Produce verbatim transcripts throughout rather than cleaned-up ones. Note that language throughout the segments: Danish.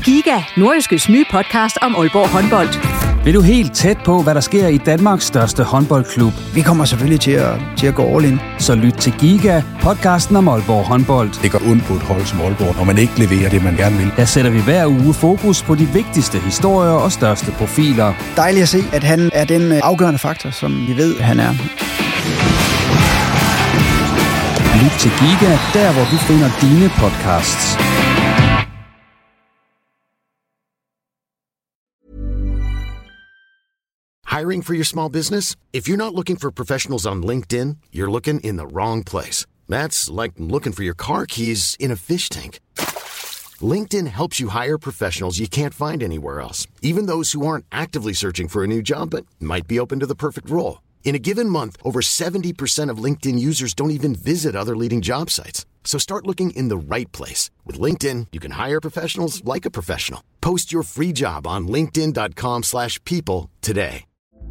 Giga, Nordjyskes nye podcast om Aalborg håndbold. Vil du helt tæt på, hvad der sker i Danmarks største håndboldklub? Vi kommer selvfølgelig til at, til at gå all in. Så lyt til Giga, podcasten om Aalborg håndbold. Det går ondt på et hold som Aalborg, når man ikke leverer det, man gerne vil. Der sætter vi hver uge fokus på de vigtigste historier og største profiler. Dejligt at se, at han er den afgørende faktor, som vi ved, han er. Lyt til Giga, der hvor du finder dine podcasts. Hiring for your small business? If you're not looking for professionals on LinkedIn, you're looking in the wrong place. That's like looking for your car keys in a fish tank. LinkedIn helps you hire professionals you can't find anywhere else, even those who aren't actively searching for a new job but might be open to the perfect role. In a given month, over seventy percent of LinkedIn users don't even visit other leading job sites. So start looking in the right place. With LinkedIn, you can hire professionals like a professional. Post your free job on linkedin.com slash people today.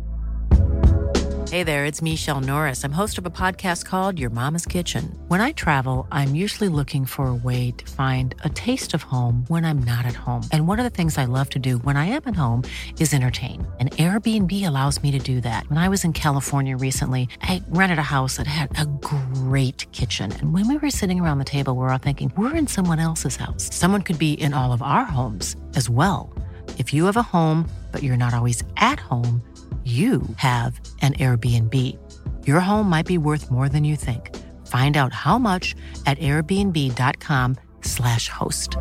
Hey there, it's Michelle Norris. I'm host of a podcast called Your Mama's Kitchen. When I travel, I'm usually looking for a way to find a taste of home when I'm not at home. And one of the things I love to do when I am at home is entertain. And Airbnb allows me to do that. When I was in California recently, I rented a house that had a great kitchen. And when we were sitting around the table, we were all thinking, we're in someone else's house. Someone could be in all of our homes as well. If you have a home, but you're not always at home, you have an Airbnb. Your home might be worth more than you think. Find out how much at airbnb.com slash host.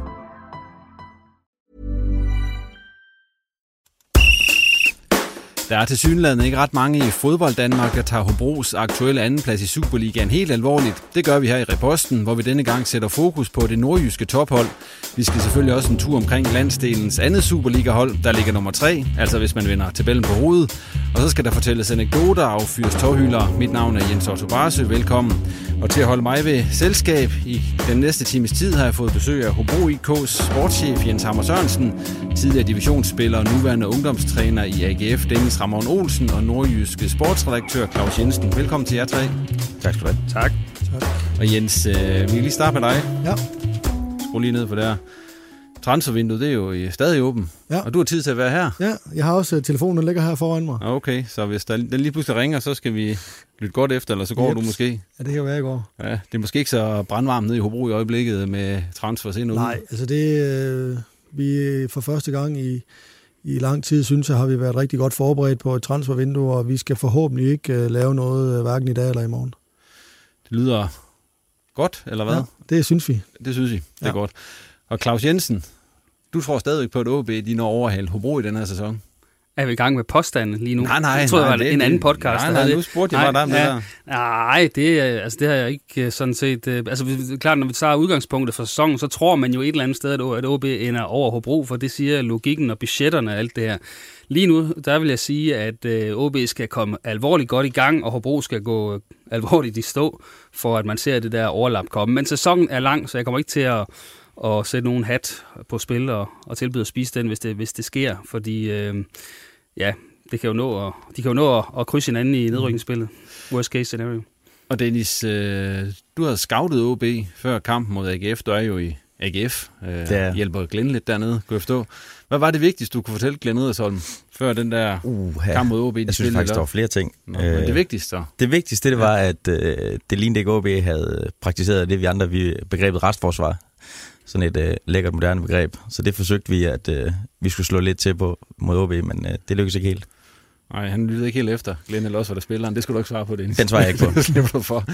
Der er tilsyneladende ikke ret mange i fodbold Danmark, der tager Hobros aktuelle andenplads i Superligaen helt alvorligt. Det gør vi her i Reposten, hvor vi denne gang sætter fokus på det nordjyske tophold. Vi skal selvfølgelig også en tur omkring landsdelens andet Superliga-hold, der ligger nummer tre, altså hvis man vinder tabellen på hovedet. Og så skal der fortælles anekdoter og affyres tårhylder. Mit navn er Jens Otto Barsø, velkommen. Og til at holde mig ved selskab i den næste times tid har jeg fået besøg af Hobro I K's sportschef Jens Hammer Sørensen, tidligere divisionsspiller og nuværende ungdomstræner i A G F Dennis Ramon Olsen og nordjyske sportsredaktør Claus Jensen. Velkommen til jer tre. Tak skal du have. Tak. tak. Og Jens, øh, vi kan lige starte med dig. Ja. Skru lige ned for der. Transfervinduet, det er jo stadig åbent. Ja. Og du har tid til at være her. Ja, jeg har også telefonen, der ligger her foran mig. Okay, så hvis der, den lige pludselig ringer, så skal vi lytte godt efter, eller så går Jeps. Du måske. Ja, det kan være, jeg går. Ja, det er måske ikke så brandvarmt nede i Hobro i øjeblikket med transfers ind. Nej, altså det øh, vi for første gang i, i lang tid, synes jeg, har vi været rigtig godt forberedt på et transfervindue, og vi skal forhåbentlig ikke øh, lave noget øh, hverken i dag eller i morgen. Det lyder godt, eller hvad? Ja, det synes vi. Det synes vi, det er ja. godt. Og Claus Jensen, du tror stadigvæk på, at O B de når overhale Hobro i den her sæson? Er vi i gang med påstanden lige nu? Nej, nej, jeg tror, nej. det var det, en anden podcast. Nej, nej, nej nu spurgte jeg bare dig med ja, der. Nej, det, altså, det har jeg ikke sådan set. Altså, det er klart, når vi tager udgangspunktet for sæsonen, så tror man jo et eller andet sted, at O B ender over Hobro, for det siger logikken og budgetterne og alt det her. Lige nu, der vil jeg sige, at O B skal komme alvorligt godt i gang, og Hobro skal gå alvorligt i stå, for at man ser det der overlap komme. Men sæsonen er lang, så jeg kommer ikke til at og sætte nogen hat på spil og, og tilbyde at spise den, hvis det, hvis det sker. Fordi øh, ja, det kan jo nå at, de kan jo nå at, at krydse hinanden i nedrykningsspillet. Worst case scenario. Og Dennis, øh, du har scoutet O B før kampen mod A G F. Du er jo i A G F. Øh, hjælper Glenn lidt dernede, kunne jeg forstå. Hvad var det vigtigste, du kunne fortælle Glenn Edersholm før den der uh, kamp mod O B? Jeg synes faktisk, der var flere ting. Nå, men det vigtigste så? Det vigtigste, det var, at øh, det lignede ikke O B havde praktiseret det, vi andre, vi begrebet restforsvar. Sådan et øh, lækkert, moderne begreb. Så det forsøgte vi, at øh, vi skulle slå lidt til på mod O B, men øh, det lykkedes ikke helt. Nej, han lyttede ikke helt efter. Glenn eller også var der spilleren. Det skulle du ikke svare på, det. Den svarer jeg ikke på. Det slipper du for.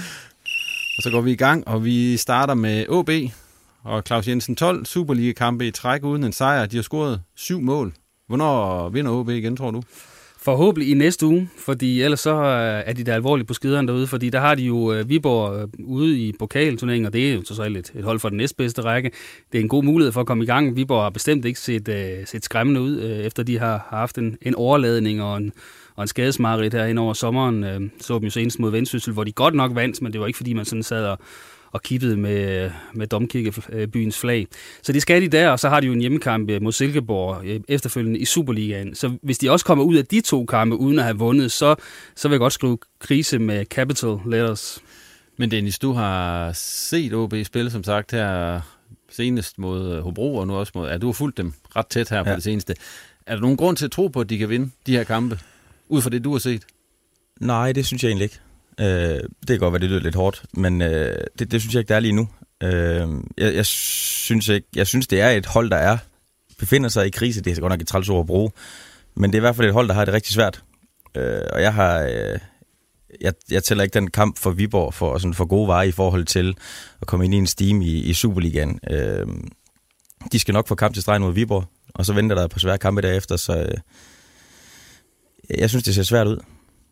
Og så går vi i gang, og vi starter med O B. Og Claus Jensen, tolv Superliga-kampe i træk uden en sejr. De har scoret syv mål. Hvornår vinder O B igen, tror du? Forhåbentlig i næste uge, fordi ellers så er de der alvorligt på skideren derude, fordi der har de jo Viborg ude i pokalturneringen, og det er jo så et, et hold for den næstbedste række. Det er en god mulighed for at komme i gang. Viborg har bestemt ikke set, uh, set skræmmende ud, uh, efter de har haft en, en overladning og en, og en skadesmareridt her hen over sommeren. Uh, så dem jo senest mod Vendsyssel, hvor de godt nok vandt, men det var ikke fordi, man sådan sad og og kippede med, med Domkirkebyens flag. Så det skal de der, og så har de jo en hjemmekamp mod Silkeborg efterfølgende i Superligaen. Så hvis de også kommer ud af de to kampe uden at have vundet, så, så vil jeg godt skrive krise med capital letters. Men Dennis, du har set O B spille, som sagt, her senest mod Hobro, og nu også mod... Ja, du har fulgt dem ret tæt her på ja. det seneste. Er der nogen grund til at tro på, at de kan vinde de her kampe, ud fra det, du har set? Nej, det synes jeg egentlig ikke. Øh, det kan godt være, det lyder lidt hårdt, men øh, det, det synes jeg ikke, der er lige nu. Øh, jeg, jeg, synes ikke, jeg synes, det er et hold, der er befinder sig i krise. Det er godt nok et træls ord at bruge, men det er i hvert fald et hold, der har det rigtig svært. Øh, og jeg har... Øh, jeg, jeg tæller ikke den kamp for Viborg for, sådan for gode varer i forhold til at komme ind i en steam i, i Superligaen. Øh, de skal nok få kamp til stregen mod Viborg, og så venter der på svære kampe derefter, så øh, jeg synes, det ser svært ud.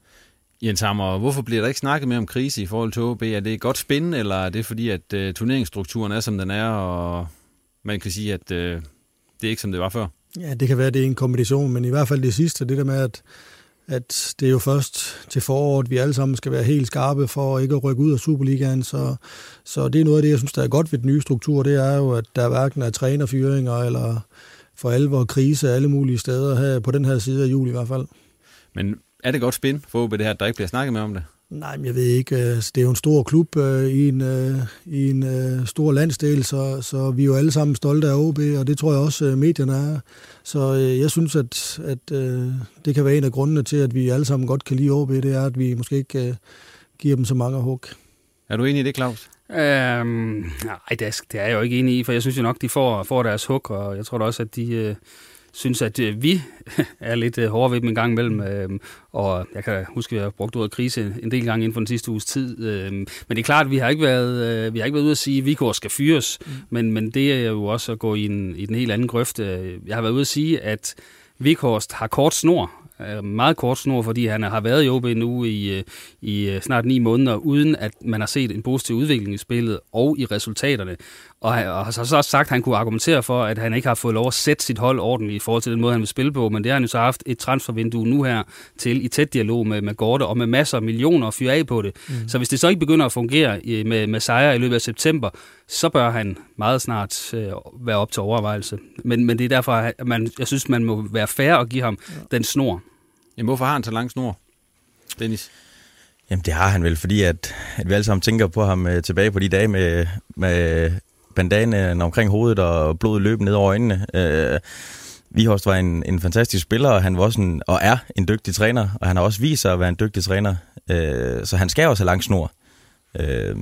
Jens Hammer, hvorfor bliver der ikke snakket mere om krise i forhold til O B? Er det godt spændende, eller er det fordi, at uh, turneringsstrukturen er, som den er, og man kan sige, at uh, det er ikke, som det var før? Ja, det kan være, det er en kombination, men i hvert fald det sidste, det der med, at, at det er jo først til foråret, vi alle sammen skal være helt skarpe for ikke at rykke ud af Superligaen, så, så det er noget af det, jeg synes, der er godt ved den nye struktur, det er jo, at der hverken er trænerfyringer eller for alvor krise alle mulige steder her på den her side af juli i hvert fald. Men er det godt spænd for O B det her, at der ikke bliver snakket mere om det? Nej, men jeg ved ikke. Det er jo en stor klub øh, i en, øh, i en øh, stor landsdel, så, så vi er jo alle sammen stolte af O B, og det tror jeg også, øh, medierne er. Så øh, jeg synes, at, at øh, det kan være en af grundene til, at vi alle sammen godt kan lide O B, det er, at vi måske ikke øh, giver dem så mange hug. Er du enig i det, Claus? Øhm, nej, det er, det er jeg jo ikke enig i, for jeg synes jo nok, de får, får deres hug, og jeg tror da også, at de... Øh, synes, at øh, vi er lidt øh, hårde ved dem en gang imellem, øh, og jeg kan huske, at jeg har brugt ordet krise en del gange inden for den sidste uges tid. Øh, men det er klart, at vi har ikke været, øh, vi har ikke været ude at sige, at Viborg skal fyres, mm. men, men det er jo også at gå i en, i den helt anden grøft. Jeg har været ude at sige, at Vikhorst har kort snor, meget kort snor, fordi han har været i O B nu i, i snart ni måneder, uden at man har set en positiv udvikling i spillet og i resultaterne. Og har så også sagt, at han kunne argumentere for, at han ikke har fået lov at sætte sit hold ordentligt i forhold til den måde, han vil spille på, men det har han jo så haft et transfervindue nu her til i tæt dialog med, med Gorte og med masser af millioner at fyre af på det. Mm. Så hvis det så ikke begynder at fungere med, med sejre i løbet af september, så bør han meget snart øh, være op til overvejelse. Men, men det er derfor, at man, jeg synes, man må være fair og give ham ja. den snor. Jamen, hvorfor har han så lang snor, Dennis? Jamen, det har han vel, fordi at, at vi alle sammen tænker på ham øh, tilbage på de dage med, med bandanaen omkring hovedet og blodet løb ned over øjnene. Øh, Vikhorst var en, en fantastisk spiller, og han var også en, og er en dygtig træner, og han har også vist sig at være en dygtig træner. Øh, så han skal også have lang snor. Øh,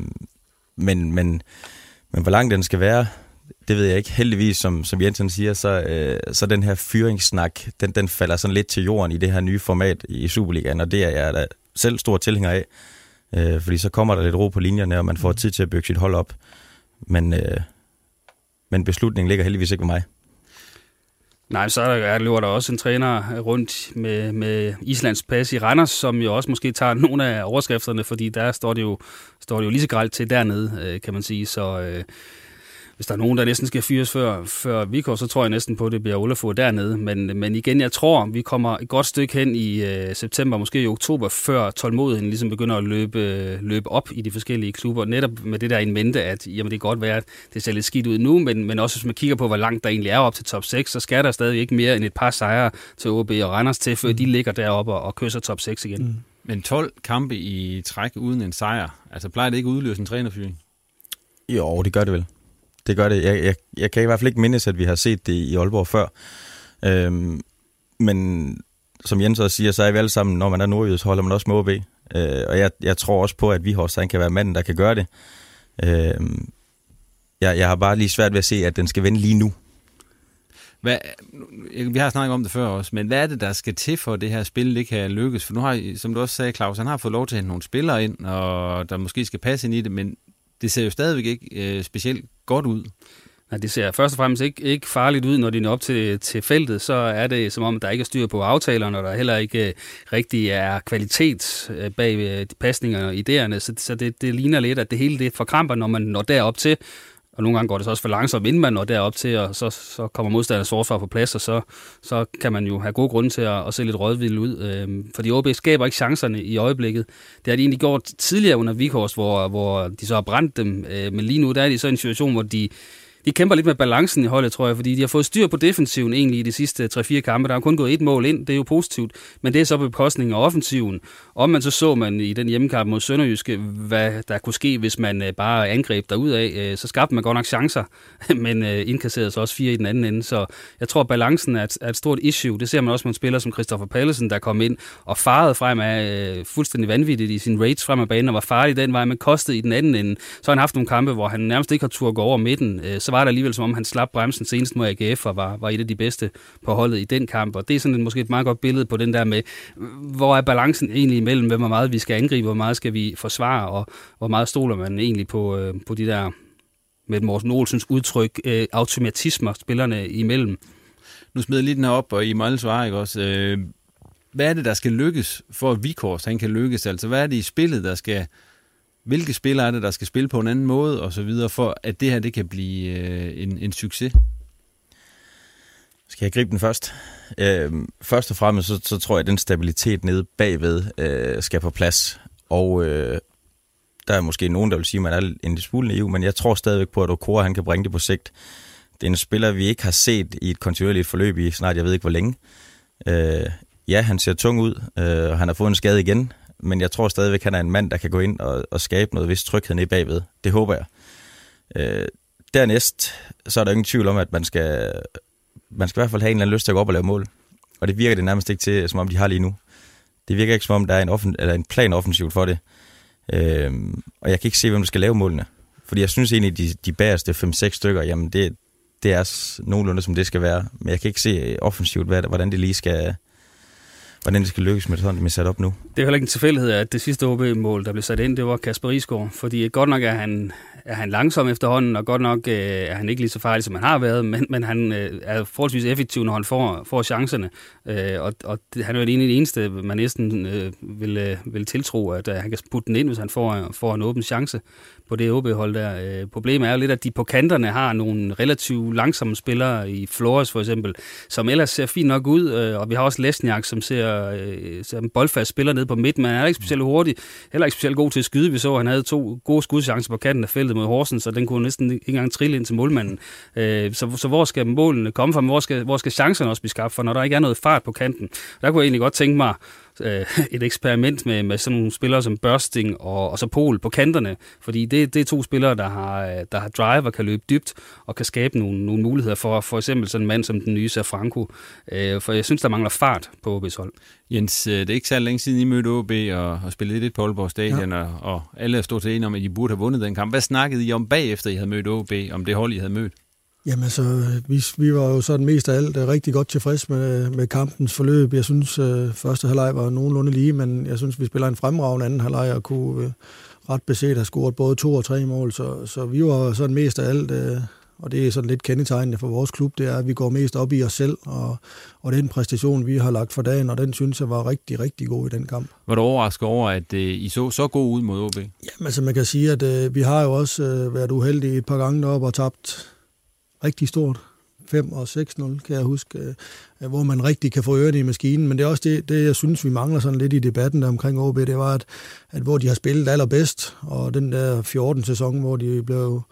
men, men, men hvor lang den skal være, det ved jeg ikke. Heldigvis, som, som Jensen siger, så, øh, så den her fyringssnak, den, den falder sådan lidt til jorden i det her nye format i Superligaen, og det er jeg da selv stor tilhænger af. Øh, fordi så kommer der lidt ro på linjerne, og man får tid til at bygge sit hold op. Men, øh, men beslutningen ligger heldigvis ikke ved mig. Nej, så er, løber der også en træner rundt med, med Islands pas i Randers, som jo også måske tager nogle af overskrifterne, fordi der står det jo, står det jo lige så grelt til dernede, kan man sige. Så øh, hvis der er nogen, der næsten skal fyres før, før Vikhorst, så tror jeg næsten på, at det bliver Olafur dernede. Men, men igen, jeg tror, vi kommer et godt stykke hen i øh, september, måske i oktober, før tålmodigheden ligesom begynder at løbe, løbe op i de forskellige klubber. Netop med det der in mente, at jamen, det kan godt være, at det ser lidt skidt ud nu, men, men også hvis man kigger på, hvor langt der egentlig er op til top seks, så skal der stadig ikke mere end et par sejre til O B og Randers til, før mm. de ligger deroppe og, og kysser top seks igen. Mm. Men tolv kampe i træk uden en sejr, altså plejer det ikke at udløse en trænerfyring? Jo, det gør det vel. Det gør det. Jeg, jeg, jeg kan i hvert fald ikke mindes, at vi har set det i Aalborg før. Øhm, men som Jens også siger, så er vi alle sammen, når man er nordjyde, så holder man også med O B. Øh, og jeg, jeg tror også på, at Vikhorst kan være manden, der kan gøre det. Øhm, jeg, jeg har bare lige svært ved at se, at den skal vende lige nu. Hvad, vi har snakket om det før også, men hvad er det, der skal til for, det her spil det kan lykkes? For nu har, som du også sagde, Claus, han har fået lov til at hente nogle spillere ind, og der måske skal passe ind i det, men det ser jo stadigvæk ikke øh, specielt godt ud. Nej, det ser først og fremmest ikke, ikke farligt ud, når de når op til, til feltet. Så er det som om, der ikke er styr på aftalerne, og der heller ikke øh, rigtig er kvalitet øh, bag øh, de pasninger og idéerne. Så, så det, det ligner lidt, at det hele det forkramper, når man når derop til. Og nogle gange går det så også for langsomt, inden man når derop til, og så, så kommer modstanders forsvar på plads, og så, så kan man jo have gode grunde til at, at se lidt rådvild ud. Øhm, fordi O B skaber ikke chancerne i øjeblikket. Det har de egentlig gjort tidligere under Vikhorst, hvor, hvor de så har brændt dem. Øh, men lige nu der er de så i en situation, hvor de, de kæmper lidt med balancen i holdet, tror jeg, fordi de har fået styr på defensiven egentlig i de sidste tre fire kampe. Der har kun gået et mål ind, det er jo positivt, men det er så på bekostning af offensiven. Om man så så man i den hjemmekamp mod Sønderjyske, hvad der kunne ske, hvis man bare angreb derudad, så skabte man godt nok chancer, men indkasserede så også fire i den anden ende. Så jeg tror, at balancen er et, er et stort issue. Det ser man også med en spiller som Christoffer Pallesen, der kom ind og farede frem af fuldstændig vanvittigt i sin rates frem af banen, og var farlig den vej, men kostede i den anden ende. Så har han haft nogle kampe, hvor han nærmest ikke har tur gå over midten. Så var det alligevel, som om han slap bremsen senest mod A G F og var, var et af de bedste på holdet i den kamp. Og det er sådan et, måske et meget godt billede på den der med, hvor er balancen egentlig imellem, hvor meget vi skal angribe, hvor meget skal vi forsvare, og hvor meget stoler man egentlig på, på de der, med Morten Olsens udtryk, øh, automatismer spillerne imellem. Nu smider jeg lige den her op, og I må alle svare, ikke også? Øh, hvad er det, der skal lykkes, for at Vikhorst han kan lykkes? Altså, hvad er det i spillet, der skal... Hvilke spillere er det, der skal spille på en anden måde, og så videre, for at det her, det kan blive øh, en, en succes? Skal jeg gribe den først? Øh, først og fremmest, så, så tror jeg, at den stabilitet nede bagved øh, skal på plads. Og øh, der er måske nogen, der vil sige, at man er en lille smule naiv, men jeg tror stadigvæk på, at Okora, han kan bringe det på sigt. Det er en spiller, vi ikke har set i et kontinuerligt forløb i snart, jeg ved ikke hvor længe. Øh, ja, han ser tung ud, øh, og han har fået en skade igen, men jeg tror stadigvæk, at han er en mand, der kan gå ind og, og skabe noget vis tryghed nede bagved. Det håber jeg. Øh, dernæst, så er der ingen tvivl om, at man skal, man skal i hvert fald have en eller anden lyst til at gå op og lave mål. Og det virker det nærmest ikke til, som om de har lige nu. Det virker ikke, som om der er en, offen, eller en plan offensivt for det. Øh, og jeg kan ikke se, hvem der skal lave målene. Fordi jeg synes egentlig, de, de bagerste fem seks stykker, jamen det, det er nogenlunde, som det skal være. Men jeg kan ikke se offensivt, hvad, hvordan det lige skal... hvordan det skal lykkes med sådan, det er sat op nu. Det er heller ikke en tilfældighed, at det sidste O B-mål, der blev sat ind, det var Kasper Risgaard. Fordi godt nok er han, er han langsom efterhånden, og godt nok øh, er han ikke lige så farlig, som han har været, men, men han øh, er forholdsvis effektiv, når han får, får chancerne. Øh, og og det, han er jo den eneste, man næsten øh, vil, øh, vil tiltro, at øh, han kan putte den ind, hvis han får, får en åben chance på det O B-hold der. Øh, problemet er jo lidt, at de på kanterne har nogle relativt langsomme spillere, i Flores for eksempel, som ellers ser fint nok ud, øh, og vi har også Lesniak, som ser, øh, ser en boldfast spiller nede på midten, men han er ikke specielt hurtig, heller ikke specielt god til at skyde. Vi så, at han havde to gode skudchancer på kanten af feltet mod Horsens, så den kunne næsten ikke engang trille ind til målmanden. Øh, så, så hvor skal målene komme fra, hvor skal, hvor skal chancerne også blive skabt, for når der ikke er noget fart på kanten? Der kunne jeg egentlig godt tænke mig øh, et eksperiment med, med sådan nogle spillere som Børsting og, og så Poul på kanterne, fordi det, det er to spillere, der har, der har drive og kan løbe dybt og kan skabe nogle, nogle muligheder for for eksempel sådan en mand som den nye Safranco. Øh, for jeg synes, der mangler fart på O B's hold. Jens, det er ikke så længe siden I mødte O B og, og spillede lidt på Aalborg Stadion, ja. og, og alle er stort set enige om, at I burde have vundet den kamp. Hvad snakkede I om bagefter, I havde mødt O B, om det hold, I havde mødt? Jamen altså, vi, vi var jo sådan mest af alt rigtig godt tilfreds med, med kampens forløb. Jeg synes, øh, første halvleg var nogenlunde lige, men jeg synes, vi spiller en fremragende anden halvleg og kunne øh, ret beset have scoret både to og tre mål. Så, så vi var sådan mest af alt, øh, og det er sådan lidt kendetegnende for vores klub, det er, at vi går mest op i os selv, og, og den præstation, vi har lagt for dagen, og den synes jeg var rigtig, rigtig god i den kamp. Var du overrasket over, at øh, I så så god ud mod O B? Jamen altså, man kan sige, at øh, vi har jo også øh, været uheldige et par gange deroppe og tabt rigtig stort. fem og seks nul, kan jeg huske, øh, hvor man rigtig kan få ørerne i maskinen. Men det er også det, det, jeg synes, vi mangler sådan lidt i debatten der omkring O B, det var, at, at hvor de har spillet allerbedst, og den der fjorten-sæson, hvor de blev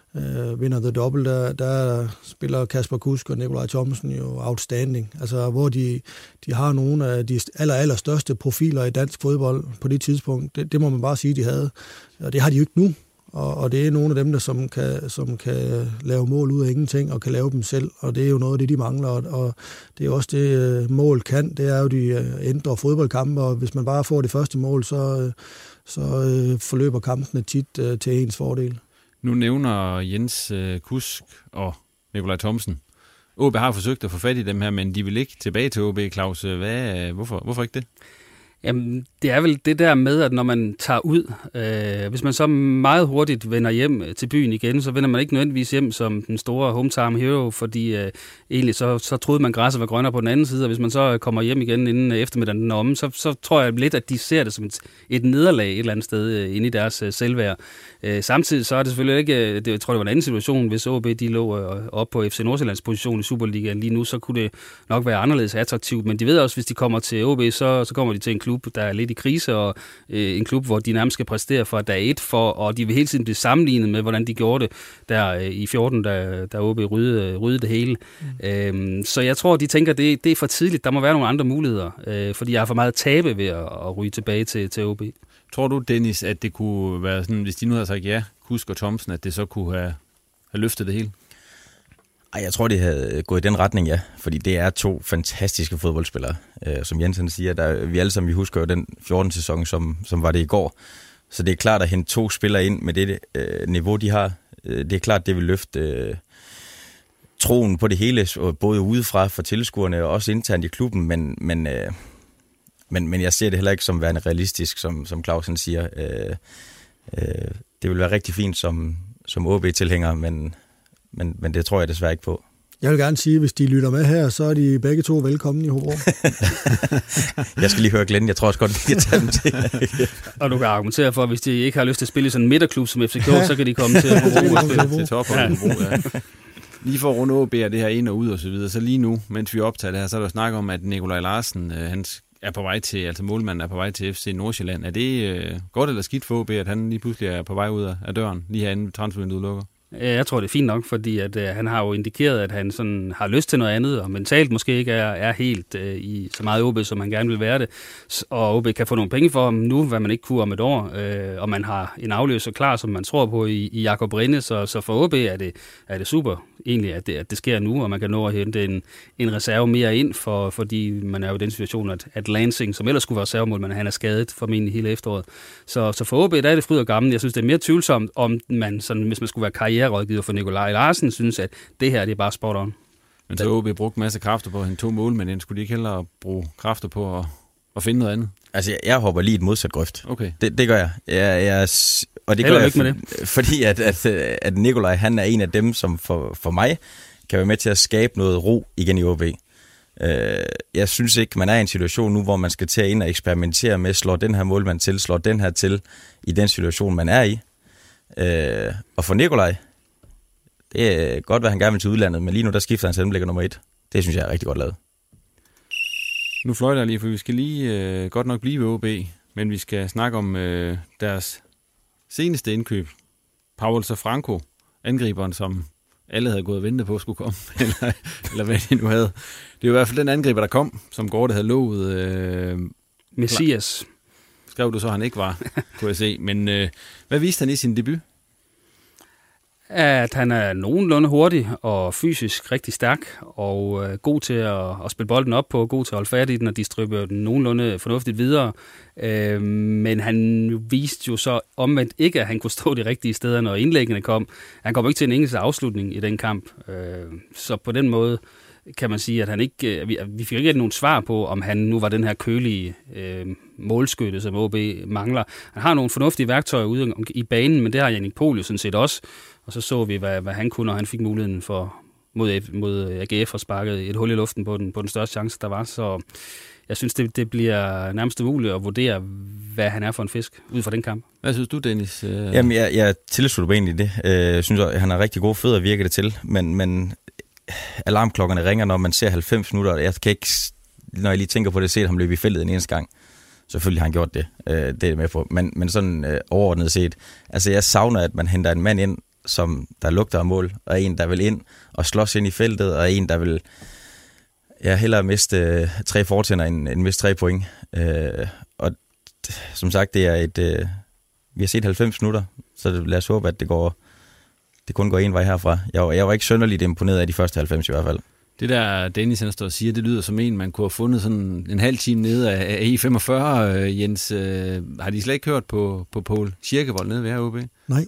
øh, vinder the double, der, der spiller Kasper Kusk og Nikolaj Thomsen jo outstanding. Altså, hvor de, de har nogle af de aller, aller største profiler i dansk fodbold på det tidspunkt. Det, det må man bare sige, de havde. Og det har de jo ikke nu. Og, og det er nogle af dem, der som kan, som kan lave mål ud af ingenting, og kan lave dem selv, og det er jo noget af det, de mangler, og det er også det, mål kan, det er jo, de ændrer fodboldkampe, og hvis man bare får det første mål, så, så forløber kampene tit til ens fordel. Nu nævner Jens Kusk og Nikolaj Thomsen. O B har forsøgt at få fat i dem her, men de vil ikke tilbage til O B, Claus. Hvad, hvorfor, hvorfor ikke det? Jamen, det er vel det der med, at når man tager ud, øh, hvis man så meget hurtigt vender hjem til byen igen, så vender man ikke nødvendigvis hjem som den store hometown hero, fordi øh, egentlig så, så troede man, græsset var grønnere på den anden side, og hvis man så kommer hjem igen inden eftermiddagen den omme, så, så tror jeg lidt, at de ser det som et, et nederlag et eller andet sted øh, inde i deres øh, selvværd. Øh, samtidig så er det selvfølgelig ikke, det, jeg tror det var en anden situation, hvis O B de lå øh, op på F C Nordsjællands position i Superligaen lige nu, så kunne det nok være anderledes attraktivt, men de ved også, hvis de kommer til O B, så, så kommer de til en klub, klub, der er lidt i krise, og øh, en klub, hvor de nærmest skal præstere fra dag et, for, og de vil hele tiden blive sammenlignet med, hvordan de gjorde det der øh, i fjorten, der, der O B ryddede, ryddede det hele. Mm. Øhm, så jeg tror, de tænker, det, det er for tidligt. Der må være nogle andre muligheder, øh, fordi jeg har for meget tabe ved at, at ryge tilbage til, til O B. Tror du, Dennis, at det kunne være sådan, hvis de nu havde sagt ja, Kusk og Thomsen, at det så kunne have, have løftet det hele? Ej, jeg tror, det havde gået i den retning, ja. Fordi det er to fantastiske fodboldspillere. Øh, som Jensen siger, der, vi alle sammen vi husker jo den fjorten-sæson, som, som var det i går. Så det er klart at hente to spillere ind med det øh, niveau, de har. Øh, det er klart, det vil løfte øh, troen på det hele, både udefra for tilskuerne og også internt i klubben. Men, men, øh, men, men jeg ser det heller ikke som værende realistisk, som, som Clausen siger. Øh, øh, det vil være rigtig fint som, som O B-tilhænger, men... Men, men det tror jeg desværre ikke på. Jeg vil gerne sige, at hvis de lytter med her, så er de begge to velkommen i Hobro. Jeg skal lige høre Glenn. Jeg tror også godt, vi kan tage dem til. Og du kan argumentere for, at hvis de ikke har lyst til at spille i sådan en midterklub som F C K, ja. Så kan de komme til Hobro og spille til top ja. Hobro, ja. Lige for at runde O B det her ind og ud og så videre. Så lige nu, mens vi optager det her, så er der snak om, at Nikolaj Larsen, han er på vej til, altså målmanden er på vej til F C Nordsjælland. Er det øh, godt eller skidt for O B, at han lige pludselig er på vej ud af døren, lige herinde transfervinduet lukker? Jeg tror, det er fint nok, fordi at, øh, han har jo indikeret, at han sådan har lyst til noget andet, og mentalt måske ikke er, er helt øh, i så meget O B, som man gerne vil være det. Og O B kan få nogle penge for ham nu, hvad man ikke kunne om et år, øh, og man har en afløser klar, som man tror på i, i Jakob Rinde, så, så for O B er det, er det super egentlig, at det, at det sker nu, og man kan nå at hente en, en reserve mere ind, for, fordi man er jo i den situation, at, at Lansing, som ellers skulle være reservemål, men han er skadet formentlig hele efteråret. Så, så for O B, der er det fryd og gammel. Jeg synes, det er mere tvivlsomt, om man, sådan, hvis man skulle være karriererådgiver for Nikolaj Larsen, synes, at det her det er bare spot on. Men så O B brugt masser af kræfter på at hente to målmænd, skulle de ikke hellere bruge kræfter på at, at finde noget andet? Altså, jeg, jeg hopper lige et modsat grøft. Okay. Det, det gør jeg. jeg, jeg og det Heller gør jeg, ikke med det. Fordi at, at, at Nikolaj, han er en af dem, som for, for mig kan være med til at skabe noget ro igen i O B. Jeg synes ikke, man er i en situation nu, hvor man skal til at ind og eksperimentere med, slår den her målmand til, slår den her til, i den situation, man er i. Og for Nikolaj, det er godt, hvad han gerne vil til udlandet, men lige nu, der skifter han selvlægger nummer et. Det synes jeg er rigtig godt lavet. Nu fløjter jeg lige, for vi skal lige øh, godt nok blive ved O B, men vi skal snakke om øh, deres seneste indkøb. Paul Safranco, angriberen, som alle havde gået og ventet på, skulle komme, eller, eller hvad de nu havde. Det er jo i hvert fald den angriber, der kom, som Gorte havde lovet. Øh, Messias. Skrev du så, han ikke var, kunne jeg se. Men øh, hvad viste han i sin debut? At han er nogenlunde hurtig og fysisk rigtig stærk, og øh, god til at, at spille bolden op på, god til at holde fat i den og distribuere den nogenlunde fornuftigt videre. Øh, men han viste jo så omvendt ikke, at han kunne stå de rigtige steder, når indlæggene kom. Han kom ikke til en engelsk afslutning i den kamp. Øh, så på den måde kan man sige, at han ikke, vi, vi fik ikke nogen svar på, om han nu var den her kølige øh, målskytte, som O B mangler. Han har nogle fornuftige værktøjer ude i banen, men det har Jannik Pohl jo sådan set også. Og så så vi, hvad, hvad han kunne, når han fik muligheden for mod, mod A G F og sparket et hul i luften på den, på den største chance, der var. Så jeg synes, det, det bliver nærmest umuligt at vurdere, hvad han er for en fisk, ud fra den kamp. Hvad synes du, Dennis? Jamen, jeg, jeg tilslutter mig egentlig det. Jeg synes, at han har rigtig gode fødder, virker det til. Men, men alarmklokkerne ringer, når man ser halvfems minutter. Jeg kan ikke, når jeg lige tænker på det, set ham løbe i feltet en eneste gang. Selvfølgelig har han gjort det. Det er det med på. Men, men sådan overordnet set. Altså, jeg savner, at man henter en mand ind, som der lugter af mål, og en, der vil ind og slås ind i feltet, og en, der vil ja, hellere miste øh, tre fortænder end, end miste tre point. Øh, og t- som sagt, det er et... Øh, vi har set halvfems minutter, så lad os håbe, at det går det kun går en vej herfra. Jeg var, jeg var ikke synderligt imponeret af de første halvfems i hvert fald. Det der Dennis han står og siger, det lyder som en, man kunne have fundet sådan en halv time nede af, af E femogfyrre, øh, Jens. Øh, har de slet ikke hørt på, på Poul Schirkevold nede ved her O B? Nej.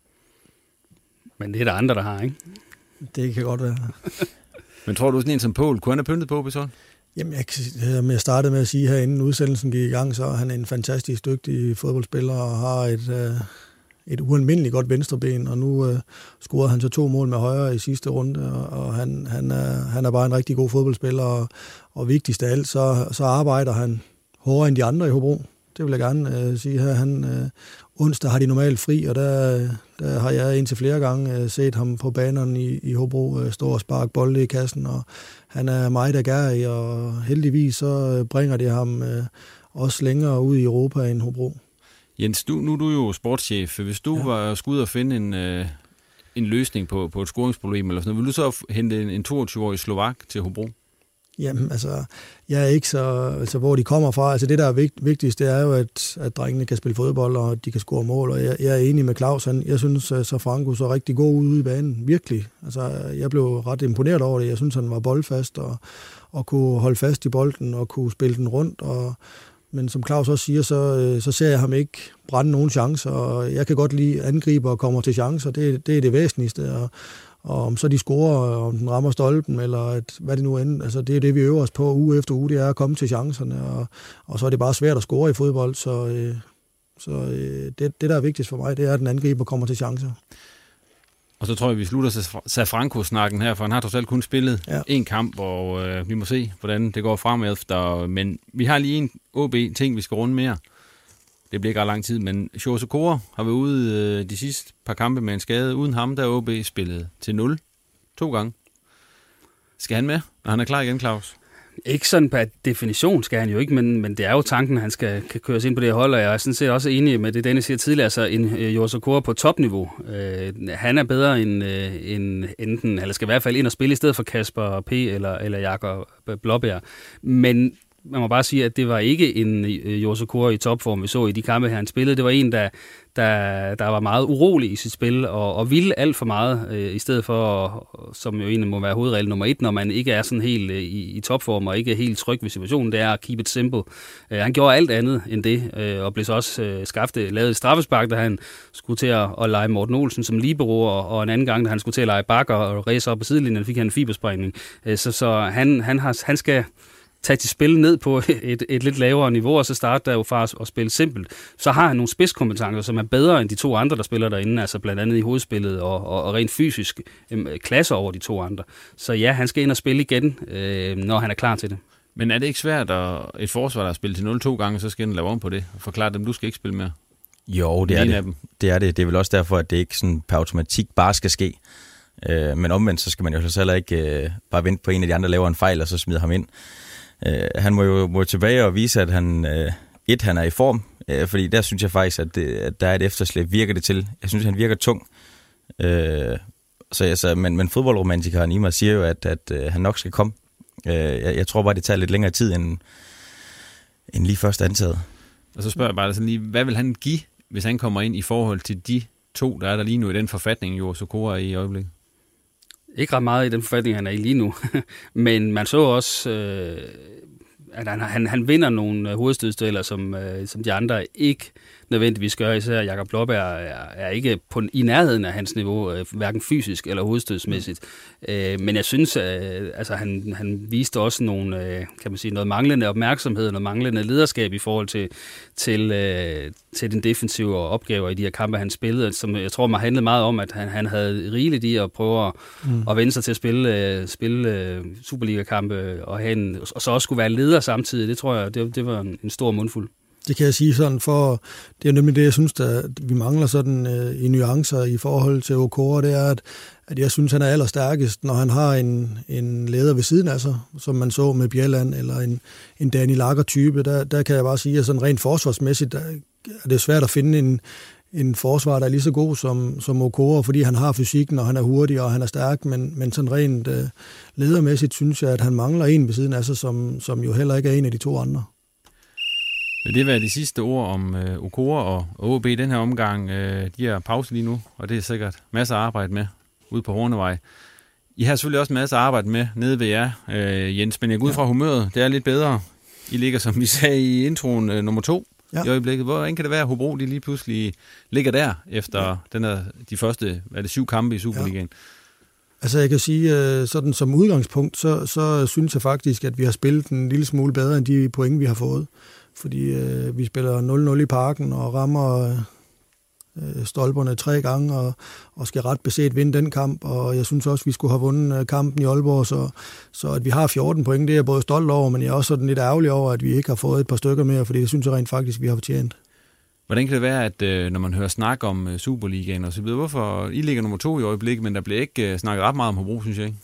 Men det er der andre, der har, ikke? Det kan godt være. Men tror du, sådan en som Poul, kunne han have pyntet på O B's hold? Jamen, jeg, jeg startede med at sige, her inden udsendelsen gik i gang, så er han en fantastisk dygtig fodboldspiller og har et, et ualmindeligt godt venstreben, og nu uh, scorede han så to mål med højre i sidste runde, og, og han, han, er, han er bare en rigtig god fodboldspiller, og, og vigtigst af alt, så, så arbejder han hårdere end de andre i Hobro. Det vil jeg gerne uh, sige her. Han, uh, onsdag har de normalt fri, og der, der har jeg indtil flere gange uh, set ham på banerne i, i Hobro uh, stå og sparke bolde i kassen, og han er meget agerig, og heldigvis så bringer det ham uh, også længere ud i Europa end Hobro. Jens, du, nu er du jo sportschef. Hvis du ja. var skulle ud og finde en, øh, en løsning på, på et scoringsproblem, eller sådan noget, vil du så hente en, en toogtyve-årig slovak til Hobro? Jamen, altså, jeg er ikke så... Altså, hvor de kommer fra. Altså, det, der er vigt, vigtigst, det er jo, at, at drengene kan spille fodbold, og at de kan score mål. Og jeg, jeg er enig med Claus. Han, jeg synes, at så Franco så rigtig god ude i banen. Virkelig. Altså, jeg blev ret imponeret over det. Jeg synes, han var boldfast, og, og kunne holde fast i bolden, og kunne spille den rundt. Og, men som Claus også siger, så, så ser jeg ham ikke brænde nogen chancer. Og jeg kan godt lide angriber og kommer til chancer. Det, det er det væsentligste. Og, Og om så de scorer, om den rammer stolpen, eller at, hvad det nu end, altså det er det, vi øver os på uge efter uge, det er at komme til chancerne, og, og så er det bare svært at score i fodbold, så, øh, så øh, det, det, der er vigtigst for mig, det er, at den angriber kommer til chancer. Og så tror jeg, vi slutter Safranco-snakken her, for han har trods alt kun spillet ja. en kamp, hvor øh, vi må se, hvordan det går fremad efter, men vi har lige en O B-ting, vi skal runde mere. Det bliver ikke ret lang tid, men Jose Kora har været ude øh, de sidste par kampe med en skade. Uden ham, der O B spillet til nul to gange. Skal han med, når han er klar igen, Claus? Ikke sådan per definition skal han jo ikke, men, men det er jo tanken, at han skal kan køres ind på det hold, og jeg er sådan set også enig med det, Dennis siger tidligere, altså en øh, Jose Kora på topniveau. Øh, han er bedre end, øh, end enten, eller skal i hvert fald ind og spille i stedet for Kasper P. eller, eller Jakob Blåbjerg. Men man må bare sige, at det var ikke en Jose Kora i topform, vi så i de kampe, han spillede. Det var en, der, der, der var meget urolig i sit spil, og, og ville alt for meget, øh, i stedet for, som jo egentlig må være hovedregel nummer et, når man ikke er sådan helt øh, i, i topform, og ikke er helt tryg ved situationen, det er at keep it simple. Øh, han gjorde alt andet end det, øh, og blev så også øh, skaftet, lavet et straffespark, da han skulle til at, at lege Morten Olsen som libero, og, og en anden gang, da han skulle til at lege bakker og ræse op på sidelinjen, fik han en fibersprængning. Øh, så så han, han, har, han skal tage til spil ned på et, et lidt lavere niveau, og så starte der jo faktisk at spille simpelt. Så har han nogle spidskompetencer, som er bedre end de to andre, der spiller derinde, altså blandt andet i hovedspillet, og, og, og rent fysisk øhm, klasser over de to andre. Så ja, han skal ind og spille igen, øh, når han er klar til det. Men er det ikke svært at et forsvar, der har spillet til nul to gange, så skal han lave om på det, og forklare dem, du skal ikke spille mere? Jo, det er det. det er det. Det er vel også derfor, at det ikke sådan per automatik bare skal ske. Øh, men omvendt, så skal man jo heller ikke øh, bare vente på en af de andre, laver en fejl, og så smider ham ind. Uh, han må jo må tilbage og vise, at han, uh, et, han er i form, uh, fordi der synes jeg faktisk, at, det, at der er et efterslæb, virker det til. Jeg synes, han virker tung. Uh, så, altså, men, men fodboldromantikeren i mig siger jo, at, at uh, han nok skal komme. Uh, jeg, jeg tror bare, det tager lidt længere tid, end, end lige først antaget. Og så spørger jeg bare sådan lige, hvad vil han give, hvis han kommer ind i forhold til de to, der er der lige nu i den forfatning, Jose Kora i øjeblikket? Ikke ret meget i den forfatning, han er i lige nu. Men man så også, øh, at han, han, han vinder nogle hovedstødsdueller, som, øh, som de andre ikke nødvendigvis gør. Især Jakob Blåbjerg er, er ikke på, i nærheden af hans niveau, øh, hverken fysisk eller hovedstødsmæssigt. Mm. Øh, men jeg synes, øh, altså han, han viste også nogle, øh, kan man sige, noget manglende opmærksomhed, noget manglende lederskab i forhold til, til, øh, til den defensive opgaver i de her kampe, han spillede, som jeg tror, man handlede meget om, at han, han havde rigeligt i at prøve at, mm. at vende sig til at spille, øh, spille øh, Superliga-kampe, og, have en, og så også skulle være leder samtidig. Det tror jeg, det, det var en, en stor mundfuld. Det kan jeg sige sådan, for det er nemlig det, jeg synes, at vi mangler sådan øh, i nuancer i forhold til Okora, det er, at, at jeg synes, han er allerstærkest, når han har en, en leder ved siden af sig, som man så med Bjelland, eller en, en Danny Lager-type. Der, der kan jeg bare sige, at sådan rent forsvarsmæssigt, der er det svært at finde en, en forsvar, der er lige så god som, som Okora, fordi han har fysikken, og han er hurtig, og han er stærk, men, men sådan rent øh, ledermæssigt synes jeg, at han mangler en ved siden af sig, som, som jo heller ikke er en af de to andre. Vil det være de sidste ord om øh, Okora og O B i den her omgang? Øh, de er pause lige nu, og det er sikkert masser af arbejde med ude på Hornevej. I har selvfølgelig også masser af arbejde med nede ved jer, øh, Jens, men jeg går ud fra humøret. Det er lidt bedre. I ligger, som vi sagde i introen, øh, nummer to ja. i øjeblikket. Hvordan kan det være, at Hobro de lige pludselig ligger der efter ja. den her, de første er det syv kampe i Superligaen? Ja. Altså jeg kan sige, sådan som udgangspunkt, så, så synes jeg faktisk, at vi har spillet en lille smule bedre end de point, vi har fået. Fordi øh, vi spiller nul nul i Parken og rammer øh, stolperne tre gange og, og skal ret beset vinde den kamp. Og jeg synes også, at vi skulle have vundet kampen i Aalborg. Så, så at vi har fjorten point, det er jeg både stolt over, men jeg er også sådan lidt ærgerlig over, at vi ikke har fået et par stykker mere, fordi det synes jeg rent faktisk, vi har fortjent. Hvordan kan det være, at øh, når man hører snak om øh, Superligaen og så videre, hvorfor I ligger nummer to i øjeblikket, men der bliver ikke øh, snakket ret meget om Hobro, synes jeg ikke?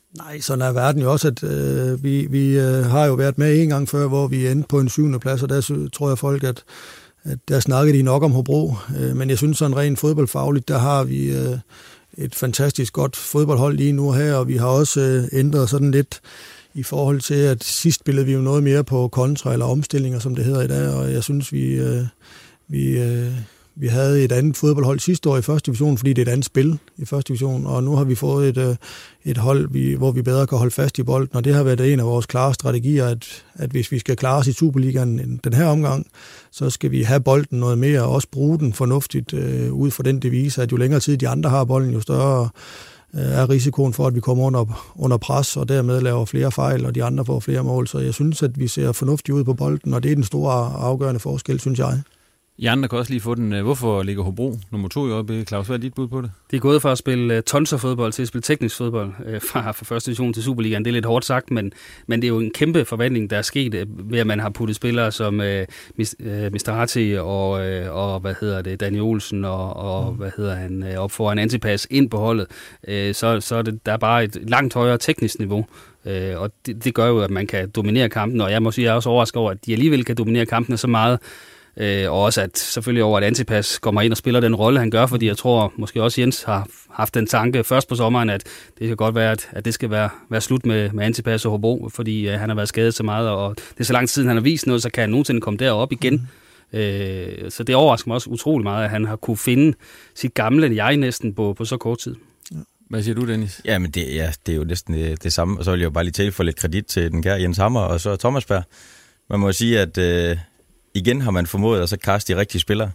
Nej, sådan er verden jo også, at øh, vi, vi øh, har jo været med en gang før, hvor vi endte på en syvende plads, og der tror jeg folk, at, at der snakkede de nok om Hobro. Øh, men jeg synes sådan rent fodboldfagligt, der har vi øh, et fantastisk godt fodboldhold lige nu her, og vi har også øh, ændret sådan lidt i forhold til, at sidst spillede vi jo noget mere på kontra eller omstillinger, som det hedder i dag, og jeg synes, vi, øh, vi, øh, vi havde et andet fodboldhold sidste år i første division, fordi det er et andet spil i første division, og nu har vi fået et, øh, et hold, vi, hvor vi bedre kan holde fast i bolden, og det har været en af vores klare strategier, at, at hvis vi skal klare os i Superligaen den her omgang, så skal vi have bolden noget mere, og også bruge den fornuftigt øh, ud fra den devise, at jo længere tid de andre har bolden, jo større er risikoen for, at vi kommer under, under pres, og dermed laver flere fejl, og de andre får flere mål. Så jeg synes, at vi ser fornuftigt ud på bolden, og det er den store afgørende forskel, synes jeg. I andre kan også lige få den. Hvorfor ligger Hobro nummer to i øjeblikket? Claus, hvad er dit bud på det? Det er gået fra at spille tonserfodbold til at spille teknisk fodbold fra, fra første division til Superligaen. Det er lidt hårdt sagt, men, men det er jo en kæmpe forvandling, der er sket ved, at man har puttet spillere som øh, mister Hatti og, øh, og hvad hedder det, Danny Olsen og, og hvad hedder han, øh, op foran Antipas ind på holdet. Øh, så så er det, der er bare et langt højere teknisk niveau. Øh, og det, det gør jo, at man kan dominere kampen, og jeg må sige, jeg er også overrasket over, at de alligevel kan dominere kampene så meget. Øh, og også at selvfølgelig over, at Antipas kommer ind og spiller den rolle, han gør, fordi jeg tror måske også Jens har haft den tanke først på sommeren, at det kan godt være, at, at det skal være, være slut med, med Antipas og Hobro, fordi øh, han har været skadet så meget, og det er så lang tid, han har vist noget, så kan han nogensinde komme derop igen. Mm. Øh, så det overrasker mig også utrolig meget, at han har kunne finde sit gamle jeg næsten på, på så kort tid. Ja. Hvad siger du, Dennis? Ja, men det, ja, det er jo næsten det, det samme, og så vil jeg jo bare lige tilføje lidt kredit til den kære Jens Hammer og så Thomas Berg. Man må sige, at øh, igen har man formået at så kaste de rigtige spillere.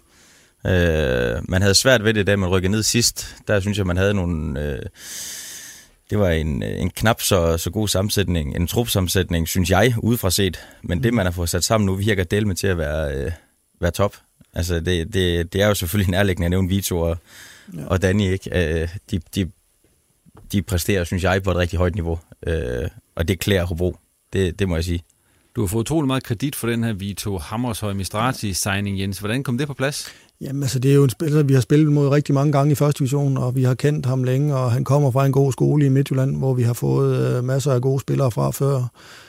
Øh, man havde svært ved det, da man rykkede ned sidst. Der synes jeg, man havde nogle... Øh, det var en, en knap så, så god sammensætning, en trupsammensætning, synes jeg, udefra set. Men det, man har fået sat sammen nu, virker del med til at være, øh, være top. Altså, det, det, det er jo selvfølgelig nærliggende at nævne Vito og, ja. og Danny, ikke? Øh, de, de, de præsterer, synes jeg, på et rigtig højt niveau. Øh, og det klæder Hobro. Det, det må jeg sige. Du har fået utrolig meget kredit for den her Vito Hammershøi Mistrati-signing, Jens. Hvordan kom det på plads? Jamen altså, det er jo en spiller, vi har spillet mod rigtig mange gange i første division, og vi har kendt ham længe, og han kommer fra en god skole i Midtjylland, hvor vi har fået øh, masser af gode spillere fra før.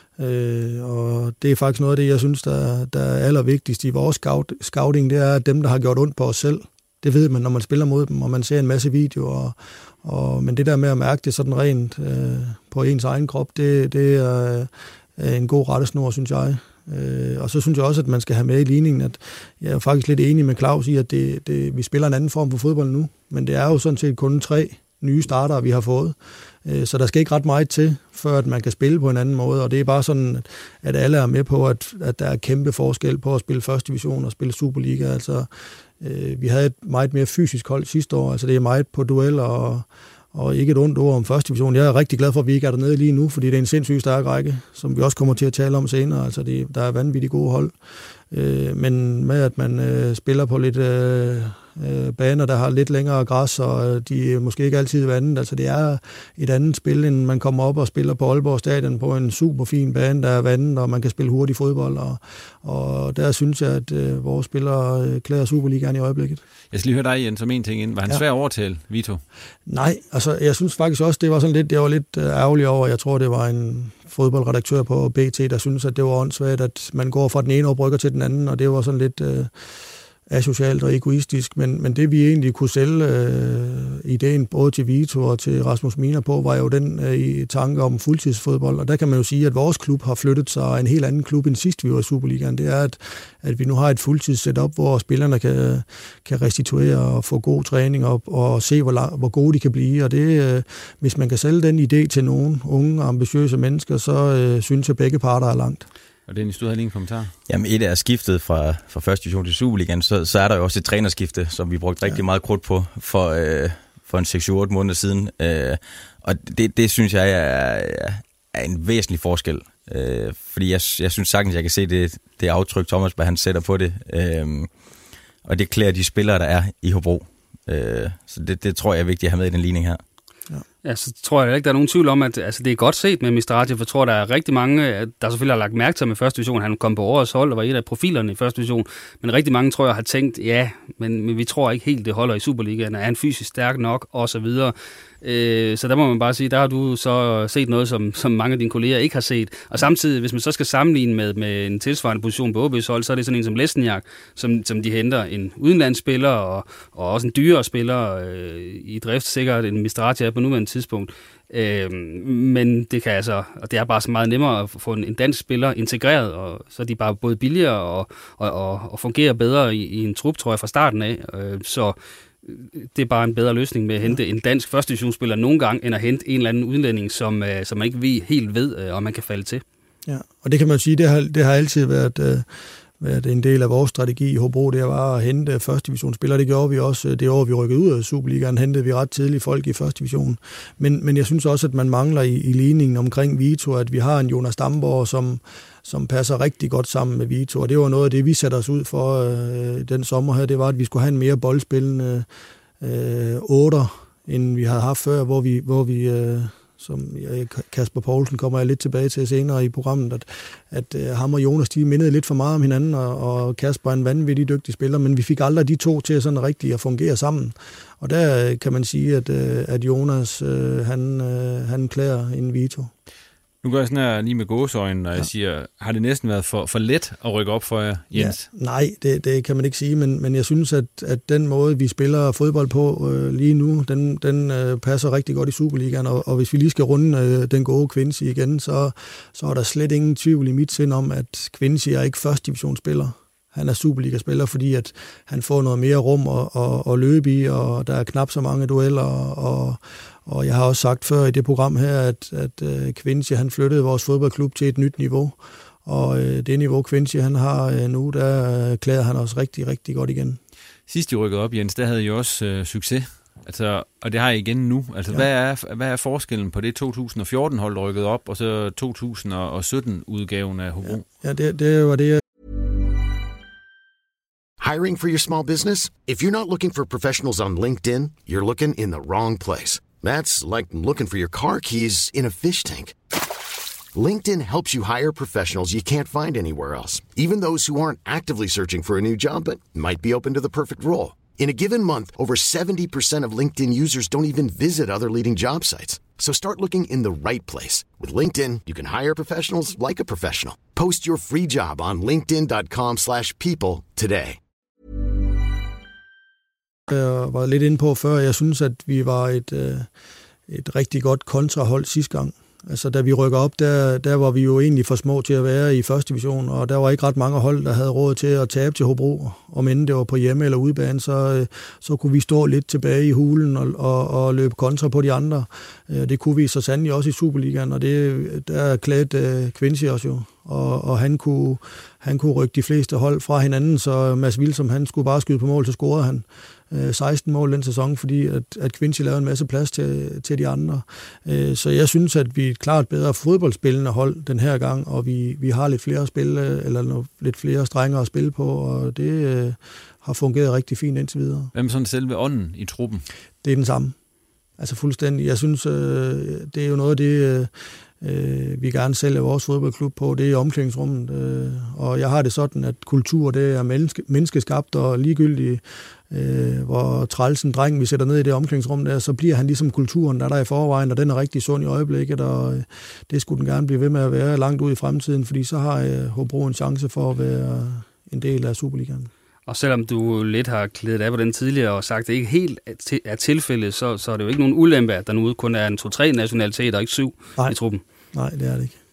Øh, og det er faktisk noget af det, jeg synes, der, der er allervigtigst i vores scout, scouting, det er dem, der har gjort ondt på os selv. Det ved man, når man spiller mod dem, og man ser en masse videoer. Og, og, men det der med at mærke det sådan rent øh, på ens egen krop, det, det er øh, en god rettesnor, synes jeg. Øh, og så synes jeg også, at man skal have med i ligningen, at jeg er faktisk lidt enig med Claus i, at det, det, vi spiller en anden form for fodbold nu. Men det er jo sådan set kun tre nye startere, vi har fået. Øh, så der skal ikke ret meget til, før at man kan spille på en anden måde. Og det er bare sådan, at alle er med på, at, at der er kæmpe forskel på at spille første division og spille Superliga. Altså, øh, vi havde et meget mere fysisk hold sidste år. Altså det er meget på dueller og Og ikke et ondt ord om første division. Jeg er rigtig glad for, at vi ikke er dernede lige nu, fordi det er en sindssygt stærk række, som vi også kommer til at tale om senere. Altså, det, der er vanvittigt gode hold. Øh, men med, at man øh, spiller på lidt øh, øh, baner, der har lidt længere græs, og de er måske ikke altid vandet. Altså, det er et andet spil, end man kommer op og spiller på Aalborg Stadion på en super fin bane, der er vandet, og man kan spille hurtig fodbold. Og, og der synes jeg, at øh, vores spillere øh, klæder Superligaen i øjeblikket. Jeg skal lige høre dig, Jens, som en ting ind. Var han ja. svær at overtale, Vito? Nej, altså jeg synes faktisk også, det var sådan lidt, det var lidt ærgerligt over. Jeg tror, det var en fodboldredaktør på B T, der synes, at det var åndssvagt, at man går fra den ene oprykker til den anden, og det var sådan lidt øh, asocialt og egoistisk. Men, men det vi egentlig kunne sælge øh, ideen både til Vito og til Rasmus Mina på, var jo den øh, i tanke om fuldtidsfodbold. Og der kan man jo sige, at vores klub har flyttet sig en helt anden klub end sidst vi var i Superligaen. Det er, at, at vi nu har et fuldtidssetup, hvor spillerne kan, kan restituere og få god træning og, og se, hvor, lang, hvor gode de kan blive. Og det, øh, hvis man kan sælge den idé til nogle unge, ambitiøse mennesker, så øh, synes jeg, at begge parter er langt. Og Dennis, du havde lige en kommentar. Jamen, et er skiftet fra, fra første division til Superligaen, så, så er der jo også et trænerskifte, som vi brugte rigtig ja. meget krudt på for, øh, for en seks otte måneder siden. Øh, og det, det synes jeg er, er en væsentlig forskel. Øh, fordi jeg, jeg synes sagtens, jeg kan se det, det aftryk, Thomas han sætter på det. Øh, og det klæder de spillere, der er i Hobro. Øh, så det, det tror jeg er vigtigt at have med i den ligning her. Ja. Ja, så tror jeg ikke, der er nogen tvivl om, at altså, det er godt set med Mistrati, for jeg tror, der er rigtig mange, der selvfølgelig har lagt mærke til med første division. Han kom på årets hold og var et af profilerne i første division, men rigtig mange, tror jeg, har tænkt, ja, men, men vi tror ikke helt, det holder i Superligaen. Er han fysisk stærk nok, og så videre. Øh, så der må man bare sige, der har du så set noget, som, som mange af dine kolleger ikke har set. Og samtidig, hvis man så skal sammenligne med, med en tilsvarende position på O B's hold, så er det sådan en som Lesniak, som, som de henter en udenlandsspiller og, og også en dyrere spiller øh, i drift, sikkert en Mistratia på nuværende tidspunkt. Øh, men det kan altså, og det er bare så meget nemmere at få en, en dansk spiller integreret, og så er de bare både billigere og, og, og, og fungerer bedre i, i en trup, tror jeg, fra starten af. Øh, så det er bare en bedre løsning med at hente en dansk første divisionsspiller nogle gange, end at hente en eller anden udlænding, som, øh, som man ikke ved, helt ved, øh, om man kan falde til. Ja, og det kan man sige, det har, det har altid været, øh, været en del af vores strategi i Hobro, det var at hente første divisionsspillere. Det gjorde vi også det år, vi rykkede ud af Superligaen, hentede vi ret tidligt folk i første division. Men, men jeg synes også, at man mangler i, i ligningen omkring Vito, at vi har en Jonas Damborg, som som passer rigtig godt sammen med Vito, og det var noget af det, vi satte os ud for øh, den sommer her, det var, at vi skulle have en mere boldspillende øh, otter, end vi havde haft før, hvor vi, hvor vi øh, som ja, Kasper Poulsen kommer jeg lidt tilbage til senere i programmet, at, at øh, ham og Jonas, de mindede lidt for meget om hinanden, og, og Kasper er en vanvittig dygtig spiller, men vi fik aldrig de to til sådan rigtig at fungere sammen. Og der øh, kan man sige, at, øh, at Jonas, øh, han, øh, han klæder en Vito. Nu gør jeg sådan her lige med gåseøjne, når ja. jeg siger, har det næsten været for, for let at rykke op for jer, Jens? Ja, nej, det, det kan man ikke sige, men, men jeg synes, at, at den måde, vi spiller fodbold på øh, lige nu, den, den øh, passer rigtig godt i Superligaen, og, og hvis vi lige skal runde øh, den gode Quincy igen, så, så er der slet ingen tvivl i mit sind om, at Quincy er ikke første divisionsspiller. Han er Superliga-spiller, fordi at han får noget mere rum at, at, at løbe i, og der er knap så mange dueller, og Og jeg har også sagt før i det program her, at, at uh, Quincy, han flyttede vores fodboldklub til et nyt niveau. Og uh, det niveau, Quincy han har uh, nu, der uh, klæder han os rigtig, rigtig godt igen. Sidst I rykkede op, Jens, der havde I også uh, succes. Altså, og det har I igen nu. Altså, ja. hvad, er, hvad er forskellen på det to tusind og fjorten-hold, der rykkede op, og så to tusind og sytten-udgaven af Hobro? Ja, ja det, det var det, jeg... Hiring for your small business? If you're not looking for professionals on LinkedIn, you're looking in the wrong place. That's like looking for your car keys in a fish tank. LinkedIn helps you hire professionals you can't find anywhere else, even those who aren't actively searching for a new job but might be open to the perfect role. In a given month, over seventy percent of LinkedIn users don't even visit other leading job sites. So start looking in the right place. With LinkedIn, you can hire professionals like a professional. Post your free job on linkedin dot com slash people today. Jeg var lidt inde på før, jeg synes, at vi var et, et rigtig godt kontrahold sidste gang. Altså, da vi rykker op, der, der var vi jo egentlig for små til at være i første division, og der var ikke ret mange hold, der havde råd til at tabe til Hobro. Om end det var på hjemme- eller udebane, så, så kunne vi stå lidt tilbage i hulen og, og, og løbe kontra på de andre. Det kunne vi så sandelig også i Superligaen, og det, der klædte Quincy os jo. Og, og han, kunne, han kunne rykke de fleste hold fra hinanden, så Mads Vilsom, han skulle bare skyde på mål, så scorede han seksten mål den sæson, fordi at, at Quincy lavede en masse plads til, til de andre. Så jeg synes, at vi er et klart bedre fodboldspillende hold den her gang, og vi, vi har lidt flere spil, eller lidt flere strenger at spille på, og det øh, har fungeret rigtig fint indtil videre. Hvem er sådan selve ånden i truppen? Det er den samme. Altså fuldstændig. Jeg synes, øh, det er jo noget af det, øh, vi gerne sælger vores fodboldklub på, det er omklædningsrummet. Øh, og jeg har det sådan, at kultur, det er menneske, menneskeskabt og ligegyldigt, øh, hvor trælsen dreng, vi sætter ned i det omklædningsrum der, så bliver han ligesom kulturen, der er der i forvejen, og den er rigtig sund i øjeblikket, og øh, det skulle den gerne blive ved med at være langt ud i fremtiden, fordi så har øh, Hobro en chance for at være en del af Superligaen. Og selvom du lidt har klædet af på den tidligere og sagt, at det ikke helt er tilfældet, så, så er det jo ikke nogen ulempe, at der nu kun er en to-tre nationaliteter og ikke syv Nej. i truppen. Nej, det er det ikke.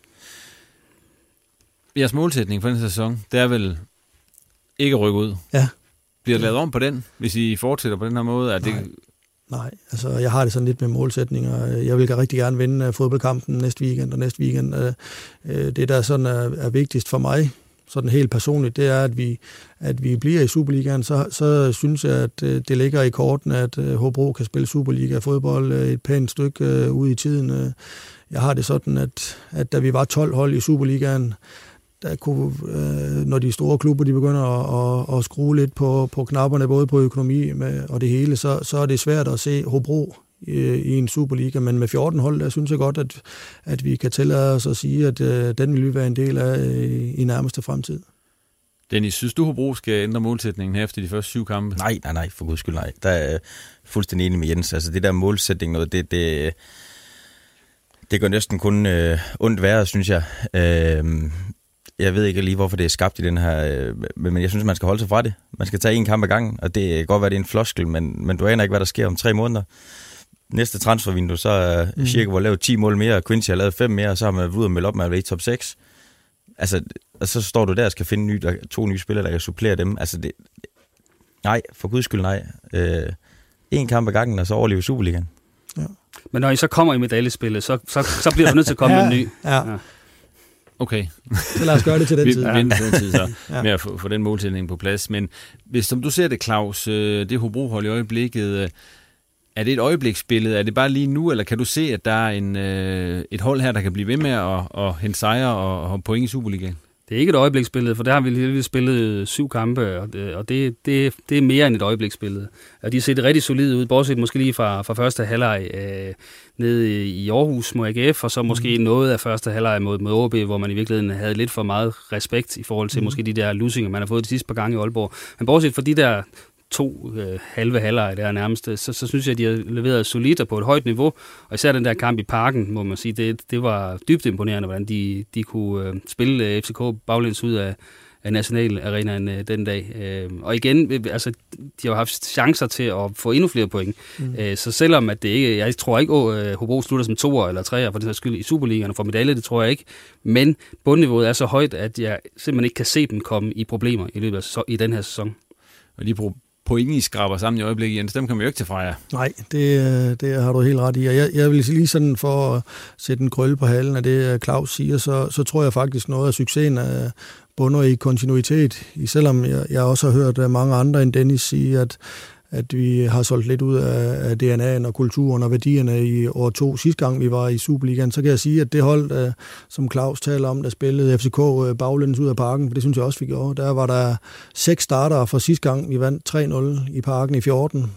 Jeres målsætning for den sæson, det er vel ikke at rykke ud? Ja. Bliver det lavet om på den, hvis I fortsætter på den her måde? Er det... Nej. Nej, altså jeg har det sådan lidt med målsætninger. Jeg vil rigtig gerne vinde fodboldkampen næste weekend og næste weekend. Det, der sådan er, er vigtigst for mig, sådan helt personligt, det er, at vi, at vi bliver i Superligaen, så, så synes jeg, at det ligger i korten, at Hobro kan spille Superliga-fodbold et pænt stykke ude i tiden. Jeg har det sådan, at, at da vi var tolv hold i Superligaen, der kunne, når de store klubber de begynder at, at, at skrue lidt på, på knapperne, både på økonomi med, og det hele, så, så er det svært at se Hobro i, i en Superliga, men med fjorten hold, der synes jeg godt, at, at vi kan tillade os at sige, at uh, den vil vi være en del af i, i nærmeste fremtid. Dennis, synes du, Hobro skal ændre målsætningen her efter de første syv kampe? Nej, nej, nej, for guds skyld nej. Der er jeg fuldstændig enig med Jens. Altså det der målsætning, noget, det, det, det gør næsten kun øh, ondt værre, synes jeg. Øh, jeg ved ikke lige, hvorfor det er skabt i den her, øh, men jeg synes, man skal holde sig fra det. Man skal tage en kamp ad gangen, og det kan godt være, det er en floskel, men, men du aner ikke, hvad der sker om tre måneder. Næste transfervindue, så er mm. Cirka hvor lavet ti mål mere, og Quincy har lavet fem mere, og så har man ud og melde op med at være i top seks. Altså, og så står du der og skal finde nye, der, to nye spillere, der kan supplere dem. Altså, det, nej, for guds skyld nej. Øh, en kamp ad gangen, og så overlever Superligaen. Ja. Men når I så kommer i medaljespillet, så, så, så bliver du nødt til at komme ja, med en ny. Ja. ja. Okay. Så lad os gøre det til den tid. Vi venter til den tid så, ja. med at få, få den målsætning på plads. Men hvis, som du ser det, Claus, det Hobro-hold i øjeblikket, er det et øjebliksbillede? Er det bare lige nu, eller kan du se, at der er en, et hold her, der kan blive ved med at, at hente sejre og, og point i Superligaen? Det er ikke et øjebliksbillede, for der har vi lige spillet syv kampe, og det, og det, det, det er mere end et øjebliksbillede. Og de har set rigtig solide ud, bortset måske lige fra, fra første halvleg øh, nede i Aarhus mod A G F, og så måske mm. noget af første halvleg mod, mod O B, hvor man i virkeligheden havde lidt for meget respekt i forhold til mm. måske de der lusinger, man har fået de sidste par gange i Aalborg. Men bortset fra de der to øh, halve halvleg der nærmest, så, så synes jeg, at de har leveret solidt og på et højt niveau. Og især den der kamp i Parken, må man sige, det, det var dybt imponerende, hvordan de, de kunne øh, spille øh, F C K baglæns ud af, af nationalarenaen øh, den dag. Øh, og igen, øh, altså, de har haft chancer til at få endnu flere point. Mm. Øh, så selvom at det ikke, jeg tror ikke, at øh, Hobro slutter som toer eller treer for den her skyld i Superligaen og får medalje, det tror jeg ikke. Men bundniveauet er så højt, at jeg simpelthen ikke kan se dem komme i problemer i løbet af i den her sæson. Og de pro- point, I skraber sammen i øjeblikket, Jens, dem kan man jo ikke til fra jer. Nej, det, det har du helt ret i. Og jeg, jeg vil lige sådan for at sætte en krølle på halen af det, Claus siger, så, så tror jeg faktisk noget af succesen er bunder i kontinuitet. Selvom jeg, jeg også har hørt mange andre end Dennis sige, at at vi har solgt lidt ud af D N A'en og kulturen og værdierne i år to. Sidste gang vi var i Superligaen, så kan jeg sige, at det hold, som Claus taler om, der spillede F C K baglæns ud af Parken, for det synes jeg også, vi gjorde. Der var der seks startere fra sidste gang. Vi vandt tre nul i Parken i fjorten.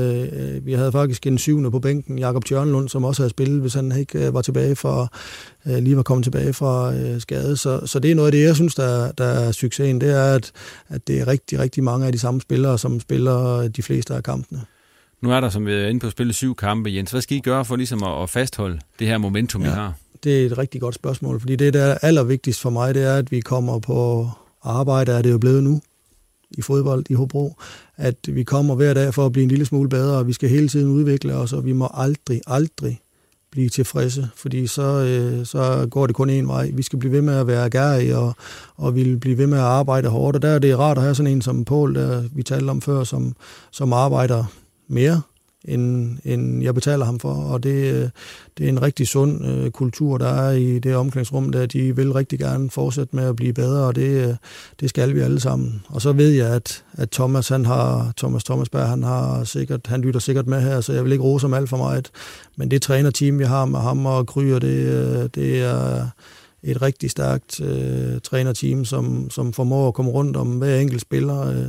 Vi havde faktisk en syvende på bænken, Jakob Tjørnlund, som også havde spillet, hvis han ikke var tilbage fra, lige var kommet tilbage fra skade. Så, så det er noget af det, jeg synes, der, der er succesen. Det er, at, at det er rigtig, rigtig mange af de samme spillere, som spiller de fleste af kampene. Nu er der, som vi er inde på at spille syv kampe, Jens. Hvad skal I gøre for ligesom at fastholde det her momentum, ja, I har? Det er et rigtig godt spørgsmål, fordi det, der er allervigtigst for mig, det er, at vi kommer på arbejde, er det jo blevet nu i fodbold i Hobro, at vi kommer hver dag for at blive en lille smule bedre, og vi skal hele tiden udvikle os, og vi må aldrig, aldrig blive tilfredse, fordi så, øh, så går det kun én vej. Vi skal blive ved med at være gærige, og, og vi vil blive ved med at arbejde hårdt, og der er det rart at have sådan en som Poul, der vi talte om før, som, som arbejder mere, end, end jeg betaler ham for, og det, det er en rigtig sund øh, kultur, der er i det omklædningsrum, der de vil rigtig gerne fortsætte med at blive bedre, og det, det skal vi alle sammen. Og så ved jeg, at, at Thomas, han har, Thomas Thomasberg, han har sikkert, han lytter sikkert med her, så jeg vil ikke rose ham alt for meget, men det trænerteam, vi har med ham og Kryer, det, det er et rigtig stærkt øh, trænerteam, som, som formår at komme rundt om hver enkelt spiller, øh,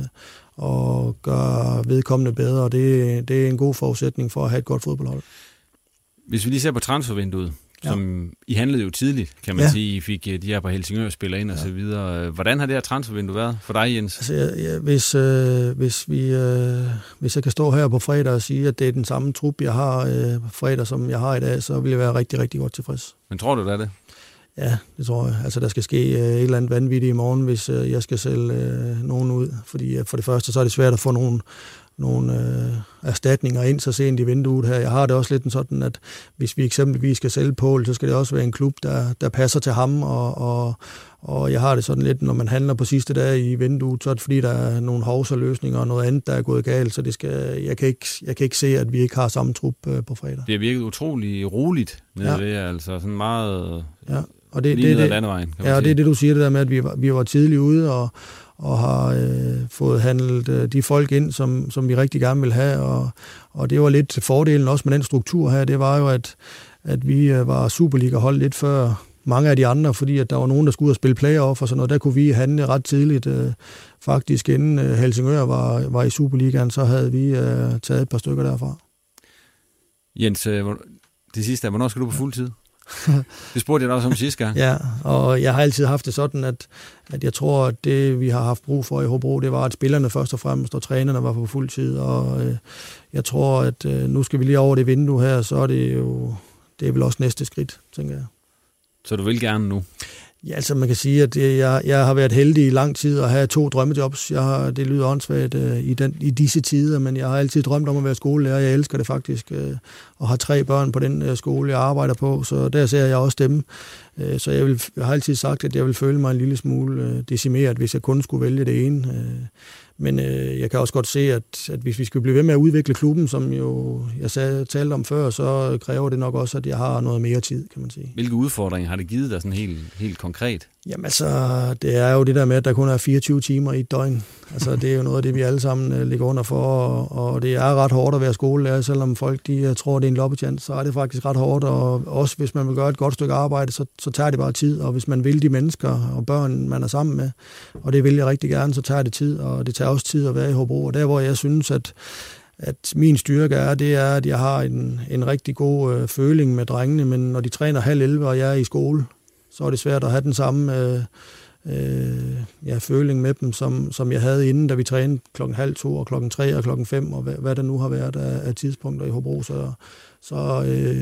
og gøre vedkommende bedre, og det, det er en god forudsætning for at have et godt fodboldhold. Hvis vi lige ser på transfervinduet, som ja. I handlede jo tidligt, kan man ja. sige, I fik de her på Helsingør-spillere ind og ja. så videre. Hvordan har det her transfervindue været for dig, Jens? Altså, ja, ja, hvis, øh, hvis, vi, øh, hvis jeg kan stå her på fredag og sige, at det er den samme trup, jeg har øh, fredag, som jeg har i dag, så vil jeg være rigtig, rigtig godt tilfreds. Men tror du, det er det? Ja, det tror jeg. Altså, der skal ske øh, et eller andet vanvittigt i morgen, hvis øh, jeg skal sælge øh, nogen ud. Fordi øh, for det første, så er det svært at få nogle, nogle øh, erstatninger ind så sent i vinduet her. Jeg har det også lidt sådan, at hvis vi eksempelvis skal sælge Poul, så skal det også være en klub, der, der passer til ham. Og, og, og jeg har det sådan lidt, når man handler på sidste dag i vinduet, så er det fordi, der er nogle hovsaløsninger og noget andet, der er gået galt. Så det skal, jeg, kan ikke, jeg kan ikke se, at vi ikke har samme trup øh, på fredag. Det har virket utrolig roligt med ja. det, altså sådan meget... Ja. Og det, det, det, landevejen, ja, og det er det, du siger, det der med, at vi var, vi var tidligt ude og, og har øh, fået handlet øh, de folk ind, som, som vi rigtig gerne vil have. Og, og det var lidt fordelen også med den struktur her. Det var jo, at, at vi øh, var Superliga-hold lidt før mange af de andre, fordi at der var nogen, der skulle ud og spille playoff og sådan noget. Der kunne vi handle ret tidligt. Øh, faktisk inden øh, Helsingør var, var i Superligaen, så havde vi øh, taget et par stykker derfra. Jens, øh, det sidste er, hvornår skal du på fuldtid? Det spurgte jeg da også om sidste gang. Ja, og jeg har altid haft det sådan, at, at jeg tror, at det, vi har haft brug for i Hobro, det var, at spillerne først og fremmest, og trænerne var på fuld tid, og øh, jeg tror, at øh, nu skal vi lige over det vindue her, så er det jo, det er vel også næste skridt, tænker jeg. Så du vil gerne nu? Ja, altså man kan sige, at jeg, jeg har været heldig i lang tid at have to drømmejobs. Jeg har, det lyder åndssvagt uh, i, den, i disse tider, men jeg har altid drømt om at være skolelærer. Jeg elsker det faktisk, uh, og har tre børn på den uh, skole, jeg arbejder på, så der ser jeg også dem. Uh, så jeg, vil, jeg har altid sagt, at jeg vil føle mig en lille smule uh, decimeret, hvis jeg kun skulle vælge det ene. Uh, Men øh, jeg kan også godt se, at, at hvis vi skal blive ved med at udvikle klubben, som jo jeg sagde, talte om før, så kræver det nok også, at jeg har noget mere tid, kan man sige. Hvilke udfordringer har det givet dig sådan helt, helt konkret? Jamen altså, det er jo det der med, at der kun er fireogtyve timer i et døgn. Altså, det er jo noget af det, vi alle sammen uh, ligger under for, og, og det er ret hårdt at være skolelærer, selvom folk de, uh, tror, det er en loppetjans, så er det faktisk ret hårdt, og også hvis man vil gøre et godt stykke arbejde, så, så tager det bare tid, og hvis man vil de mennesker og børn, man er sammen med, og det vil jeg rigtig gerne, så tager det tid, og det tager også tid at være i Hobro, og der hvor jeg synes, at at min styrke er, det er, at jeg har en, en rigtig god øh, føling med drengene, men når de træner halv elleve, og jeg er i skole, så er det svært at have den samme øh, øh, ja, føling med dem, som, som jeg havde inden, da vi trænede klokken halv to og klokken tre og klokken fem, og hvad, hvad der nu har været af, af tidspunkter i Hobro. Så, så øh,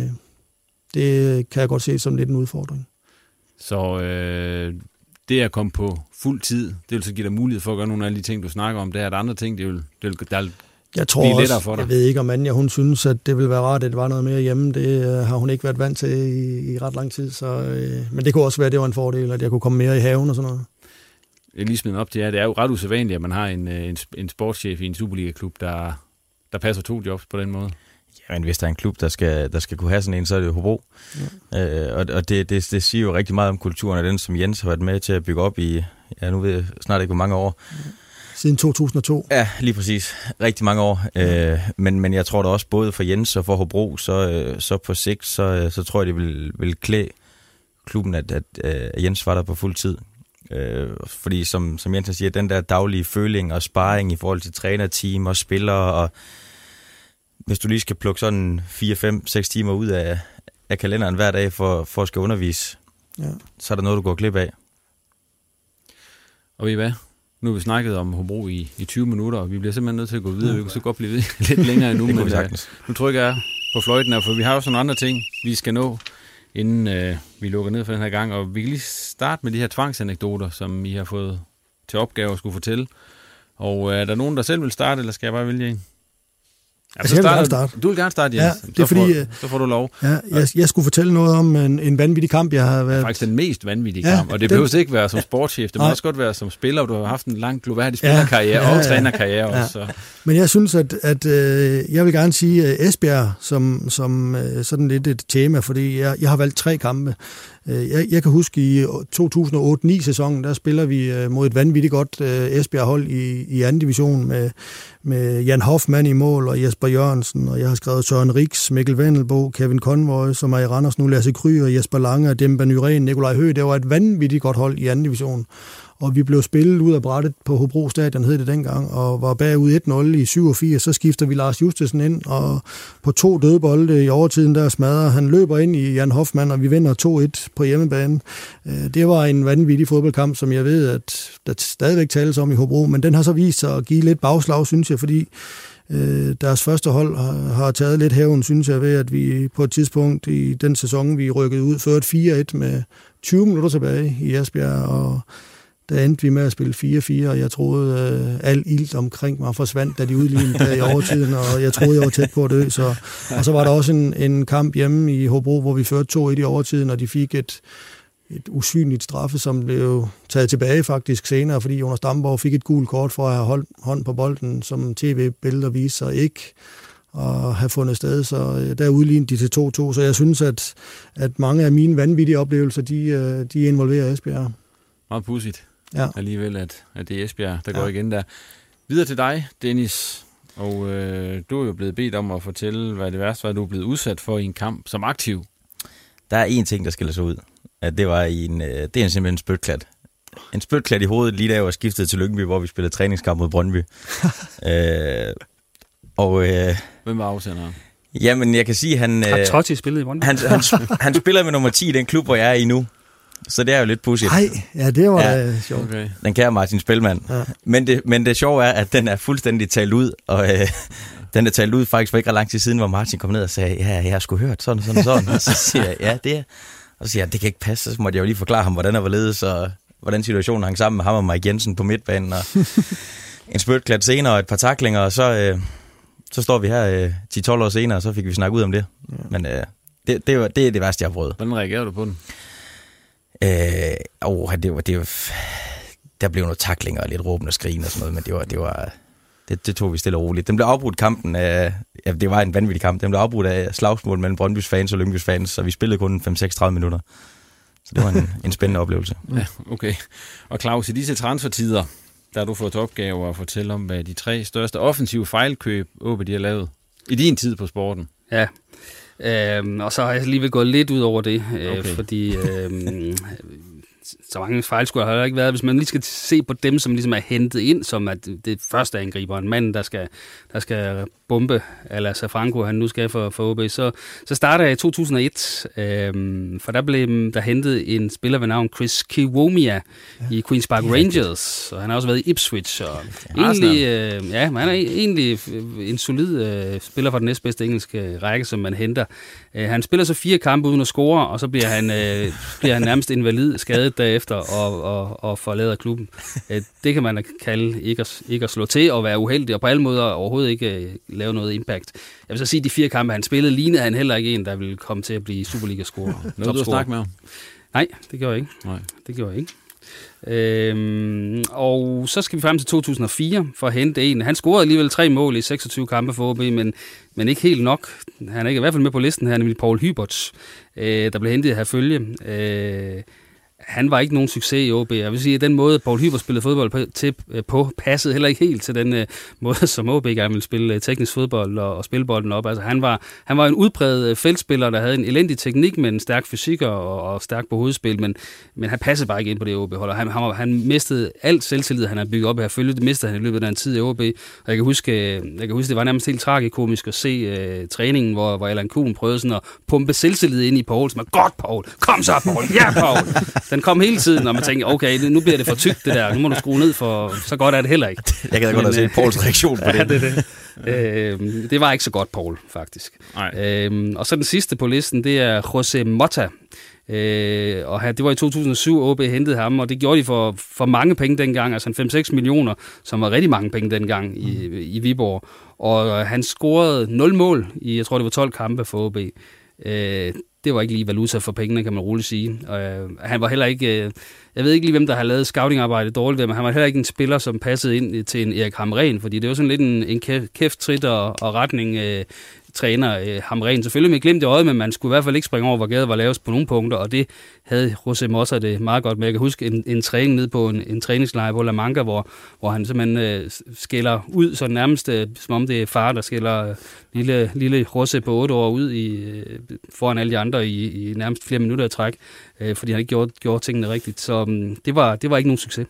det kan jeg godt se som lidt en udfordring. Så øh, det at komme på fuld tid, det vil så give dig mulighed for at gøre nogle af de ting, du snakker om. Det er der andre ting, det vil, det vil, der vil jeg tror også, for dig. Jeg ved ikke, om Anja, hun synes, at det ville være rart, at det var noget mere hjemme. Det øh, har hun ikke været vant til i, i ret lang tid. Så, øh, men det kunne også være, at det var en fordel, at jeg kunne komme mere i haven og sådan noget. Jeg lige smidt op til jer. Det er jo ret usædvanligt, at man har en, en, en sportschef i en Superliga-klub, der, der passer to jobs på den måde. Jamen, hvis der er en klub, der skal, der skal kunne have sådan en, så er det jo Hobro. Ja. Øh, og og det, det, det siger jo rigtig meget om kulturen af den, som Jens har været med til at bygge op i, ja, nu ved jeg snart ikke, hvor mange år. Ja. Siden to tusind og to. Ja, lige præcis. Rigtig mange år. Ja. Øh, men, men jeg tror da også, både for Jens og for Hobro, så, så på sigt, så, så tror jeg, det vil, vil klæde klubben, at, at, at Jens var der på fuld tid. Øh, fordi som, som Jens siger, den der daglige føling og sparring i forhold til trænerteam og spillere, og hvis du lige skal plukke sådan fire, fem, seks timer ud af, af kalenderen hver dag for, for at skal undervise, ja. Så er der noget, du går glip af. Og ved I hvad? Nu har vi snakket om Hobro i, i tyve minutter, og vi bliver simpelthen nødt til at gå videre. Vi kan så godt blive lidt længere endnu. Men uh, nu trykker jeg på fløjten her, for vi har jo sådan andre ting, vi skal nå, inden uh, vi lukker ned for den her gang. Og vi kan lige starte med de her tvangsanekdoter, som I har fået til opgave at skulle fortælle. Og uh, er der nogen, der selv vil starte, eller skal jeg bare vælge en? Ja, altså, jeg vil gerne starte. Du vil gerne starte, Jens. Ja, det er så, fordi, får, så får du lov. Ja, jeg, jeg skulle fortælle noget om en, en vanvittig kamp, jeg har været... Faktisk den mest vanvittige ja, kamp, og det behøver ikke være som sportschef, det må også godt være som spiller, og du har haft en lang global spillerkarriere ja, ja, ja, og trænerkarriere ja. Også. Så. Men jeg synes, at, at øh, jeg vil gerne sige Esbjerg som, som øh, sådan lidt et tema, fordi jeg, jeg har valgt tre kampe. Jeg, jeg kan huske i to tusind og otte ni sæsonen, der spiller vi mod et vanvittigt godt Esbjerg-hold i, i anden division med, med Jan Hoffmann i mål og Jesper Jørgensen, og jeg har skrevet Søren Riks, Mikkel Vendelbo, Kevin Convoy, som er i Randers nu, Lasse Kryger, Jesper Lange, Demba Nyren, Nikolaj Høgh. Det var et vanvittigt godt hold i anden division. Og vi blev spillet ud af brættet på Hobro Stadion, hed det dengang, og var bagud et nul i syvogfirs. Så skifter vi Lars Justesen ind, og på to dødbolde i overtiden, der smadrer han løber ind i Jan Hoffmann, og vi vinder to et på hjemmebane. Det var en vanvittig fodboldkamp, som jeg ved, at der stadigvæk tales om i Hobro, men den har så vist sig at give lidt bagslag, synes jeg, fordi deres første hold har taget lidt hævn, synes jeg, ved at vi på et tidspunkt i den sæson, vi rykkede ud, førte fire et med tyve minutter tilbage i Esbjerg, og der endte vi med at spille fire fire, og jeg troede, at øh, al ilt omkring mig forsvandt, da de udlignede der i overtiden, og jeg troede, jeg var tæt på at dø. Så. Og så var der også en, en kamp hjemme i Hobro, hvor vi førte to et i overtiden, og de fik et, et usynligt straffe, som blev taget tilbage faktisk senere, fordi Jonas Damborg fik et gult kort for at have holdt hånd på bolden, som tv-billeder viser sig ikke og have fundet sted, så der udlignede de til to to, så jeg synes, at, at mange af mine vanvittige oplevelser, de, de involverer Esbjerg. Meget pudsigt. Ja. Alligevel, at, at det er Esbjerg, der ja. går igen der. Videre til dig, Dennis. Og øh, du er jo blevet bedt om at fortælle, hvad det værste var, du er blevet udsat for i en kamp som aktiv. Der er én ting, der skiller sig ud. At det var i en, det er simpelthen en spytklat. En spytklat i hovedet, lige da jeg var skiftet til Lyngby, hvor vi spillede træningskamp mod Brøndby. øh, og, øh, Hvem var afsenderen? Jamen, jeg kan sige, at han... Har Totti spillet i Brøndby? Han, han, han spiller med nummer ti i den klub, hvor jeg er i nu. Så det er jo lidt pudsigt. Nej, ja, det var ja. da sjovt. Okay. Den kære Martin Spelman. Ja. Men, det, men det sjove er, at den er fuldstændig talt ud, og øh, den er talt ud faktisk for ikke ret lang tid siden, hvor Martin kom ned og sagde, ja, jeg har sgu hørt sådan sådan sådan. Og så siger jeg, ja, det er. Og så siger jeg, det kan ikke passe. Så måtte jeg jo lige forklare ham, hvordan der var ledes, og hvordan situationen hang sammen med ham og Mike Jensen på midtbanen, og en spytklat senere og et par taklinger, og så, øh, så står vi her øh, ti tolv år senere, og så fik vi snakket ud om det. Ja. Men øh, det, det, var, det er det værste, jeg har prøvet. Hvordan reagerede du på den? Øh, åh, det var, det var, der blev noget taklinger og lidt råben og skrigen og sådan noget, men det var, det var, det, det tog vi stille og roligt. Den blev afbrudt kampen af, ja, det var en vanvittig kamp, den blev afbrudt af slagsmål mellem Brøndbys fans og Lyngbys fans, så vi spillede kun fem seks tredive minutter. Så det var en, en spændende oplevelse. Ja, okay. Og Claus, i disse transfertider, der har du fået opgave at fortælle om, hvad de tre største offensive fejlkøb, O B de har lavet i din tid på sporten. Ja, øhm, og så har jeg alligevel gået lidt ud over det, øh, okay. fordi øhm, så mange fejlskud har der ikke været. Hvis man lige skal se på dem, som ligesom er hentet ind, som at det første angriber, en mand, der skal, der skal bombe, eller Safranco, han nu skal for, for O B, så, så starter jeg i to tusind og et, øhm, for der blev der hentet en spiller ved navn Chris Kiwomia ja. i Queen's Park Rangers, og han har også været i Ipswich, og ja, egentlig, øh, ja, han er egentlig en solid øh, spiller fra den næstbedste engelske række, som man henter. Øh, han spiller så fire kampe uden at score, og så bliver han, øh, bliver han nærmest invalid, skadet derefter, og, og, og forlader klubben. Øh, det kan man da kalde ikke at, ikke at slå til og være uheldig, og på alle måder overhovedet ikke øh, lave noget impact. Jeg vil så sige, at de fire kampe, han spillede, lignede han heller ikke en, der ville komme til at blive Superliga-scorer. Noget du har snakket med ham? Nej, det gjorde jeg ikke. Nej. Det gjorde jeg ikke. Øhm, og så skal vi frem til to tusind og fire for at hente en. Han scorede alligevel tre mål i seksogtyve kampe for O B, men, men ikke helt nok. Han er ikke i hvert fald med på listen her, nemlig Paul Hyberts, øh, der blev hentet her følge. Øh, Han var ikke nogen succes i O B. Jeg vil sige, at den måde, Paul Hybert spillede fodbold på, til, på passede heller ikke helt til den uh, måde, som O B gerne ville spille uh, teknisk fodbold og, og spille bolden op. Altså, han, var, han var en udpræget uh, feltspiller, der havde en elendig teknik, men en stærk fysik og, og stærk på hovedspil, men, men han passede bare ikke ind på det O B-hold. Han, han, han mistede alt selvtillid, han havde bygget op her følge. Det mistede han i løbet af en tid i O B. Og jeg kan huske, jeg kan huske det var nærmest helt tragikomisk at se uh, træningen, hvor, hvor Allan Kuhn prøvede sådan at pumpe selvtillid ind i Paul, som er godt, Paul! Kom så, Paul! Ja, Paul! Den kom hele tiden, og man tænker, okay, nu bliver det for tykt det der, nu må du skrue ned, for så godt er det heller ikke. Jeg kan da godt have set Pauls reaktion på det. Ja, det, det. Øh, det var ikke så godt, Paul, faktisk. Øh, og så den sidste på listen, det er José Mota. Øh, og det var i to tusind og syv, O B hentede ham, og det gjorde de for, for mange penge dengang, altså fem seks millioner, som var rigtig mange penge dengang i, i Viborg. Og han scorede nul mål i, jeg tror det var tolv kampe for O B. Øh, det var ikke lige valuta for pengene, kan man roligt sige. Og, øh, han var heller ikke, øh, jeg ved ikke lige, hvem der har lavet scoutingarbejde dårligt, men han var heller ikke en spiller, som passede ind til en Erik Hamrén, fordi det var sådan lidt en, en kæft, trit og, og retning øh, træner øh, Hamrén. Selvfølgelig med glimt i øjet, men man skulle i hvert fald ikke springe over, hvor gaden var lavest på nogle punkter, og det havde José Mota det meget godt med. Jeg kan huske en, en træning ned på en, en træningslejr på La Manga, hvor, hvor han simpelthen øh, skiller ud, så nærmest øh, som om det er far, der skiller øh, lille, lille José på otte år ud i, øh, foran alle de andre i, i nærmest flere minutter i træk, øh, fordi han ikke gjorde, gjorde tingene rigtigt. Så øh, det, var, det var ikke nogen succes.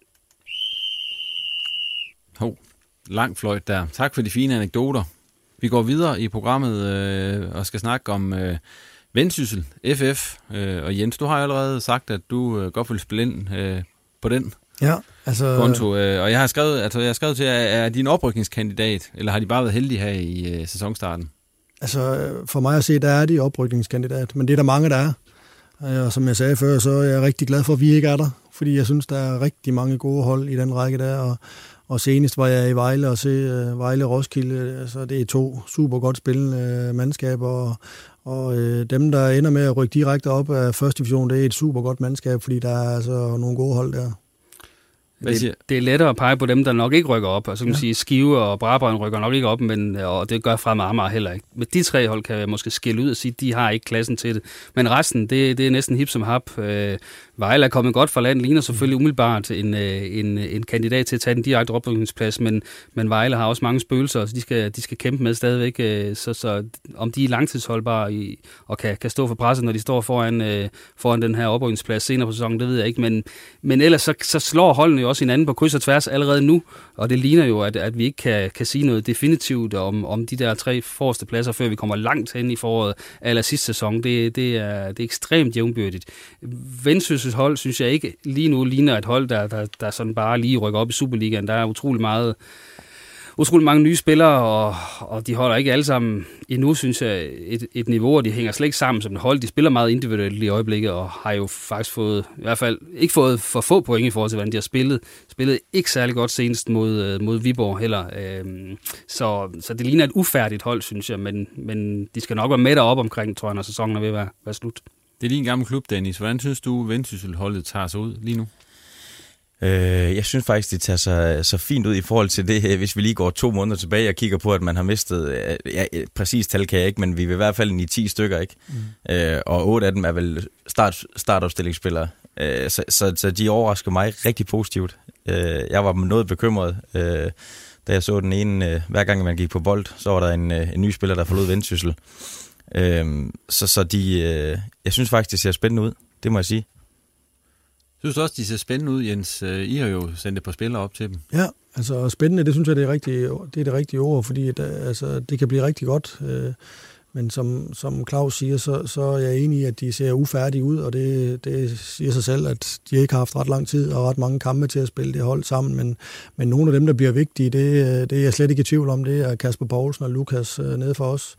Hov, lang fløjt der. Tak for de fine anekdoter. Vi går videre i programmet øh, og skal snakke om øh, Vendsyssel, F F. Øh, og Jens, du har allerede sagt, at du øh, godt vil spille ind øh, på den ja, altså, konto. Øh, og jeg har skrevet, altså, jeg har skrevet til jer, er de en oprykningskandidat, eller har de bare været heldige her i øh, sæsonstarten? Altså, for mig at se, der er de oprykningskandidat, men det er der mange, der er. Og som jeg sagde før, så er jeg rigtig glad for, at vi ikke er der, fordi jeg synes, der er rigtig mange gode hold i den række der, og Og senest var jeg i Vejle og se uh, Vejle Roskilde. Altså, det er to super godt spillende uh, mandskaber, og, og uh, dem, der ender med at rykke direkte op af første division, det er et super godt mandskab, fordi der er altså nogle gode hold der. Det, det er lettere at pege på dem, der nok ikke rykker op. Altså, kan man ja. sige, Skive og Brabrand rykker nok ikke op, men, og det gør Fremad Amager heller ikke. Men de tre hold kan jeg måske skille ud og sige, at de har ikke klassen til det. Men resten, det, det er næsten hip som hap. Øh, Vejle er kommet godt fra land, ligner selvfølgelig umiddelbart en, en, en kandidat til at tage den direkte oprykningsplads, men, men Vejle har også mange spøgelser, så de skal, de skal kæmpe med stadigvæk. Så, så om de er langtidsholdbare i, og kan, kan stå for presset, når de står foran, foran den her oprykningsplads senere på sæsonen, det ved jeg ikke. Men, men ellers så, så slår holdene jo også hinanden på kryds og tværs allerede nu, og det ligner jo, at, at vi ikke kan, kan sige noget definitivt om, om de der tre forreste pladser, før vi kommer langt hen i foråret eller sidste sæson. Det, det, er, det er ekstremt jævnbyrdigt. Vendsyssels hold, synes jeg ikke lige nu ligner et hold, der, der, der sådan bare lige rykker op i Superligaen. Der er utrolig meget utrolig mange nye spillere, og, og de holder ikke alle sammen endnu, synes jeg, et, et niveau, og de hænger slet ikke sammen som et hold. De spiller meget individuelt i øjeblikket, og har jo faktisk fået, i hvert fald ikke fået for få point i forhold til, hvordan de har spillet. Spillet ikke særlig godt senest mod, mod Viborg heller. Øhm, så, så det ligner et ufærdigt hold, synes jeg, men, men de skal nok være med deroppe omkring, tror jeg, når sæsonen er ved at være, være slut. Det er lige en gammel klub, Dennis. Hvordan synes du, Vendsyssel-holdet tager sig ud lige nu? Øh, jeg synes faktisk, det tager sig så fint ud i forhold til det, hvis vi lige går to måneder tilbage og kigger på, at man har mistet, ja, præcis tal kan jeg ikke, men vi er i hvert fald ni ti stykker, ikke? Mm. Øh, og otte af dem er vel start, startopstillingsspillere. Øh, så, så, så de overrasker mig rigtig positivt. Øh, jeg var noget bekymret, øh, da jeg så den ene, øh, hver gang man gik på bold, så var der en, øh, en ny spiller, der forlod Vendsyssel. Øh, så, så de, øh, jeg synes faktisk, det ser spændende ud, det må jeg sige. Synes du også, de ser spændende ud, Jens? I har jo sendt et par spillere op til dem. Ja, altså spændende, det synes jeg, det er, rigtig, det, er det rigtige ord, fordi det, altså, det kan blive rigtig godt. Øh, men som, som Claus siger, så, så er jeg enig i, at de ser ufærdige ud, og det, det siger sig selv, at de ikke har haft ret lang tid og ret mange kampe til at spille det hold sammen. Men, men nogle af dem, der bliver vigtige, det, det er jeg slet ikke i tvivl om. Det er Kasper Poulsen og Lukas øh, nede for os.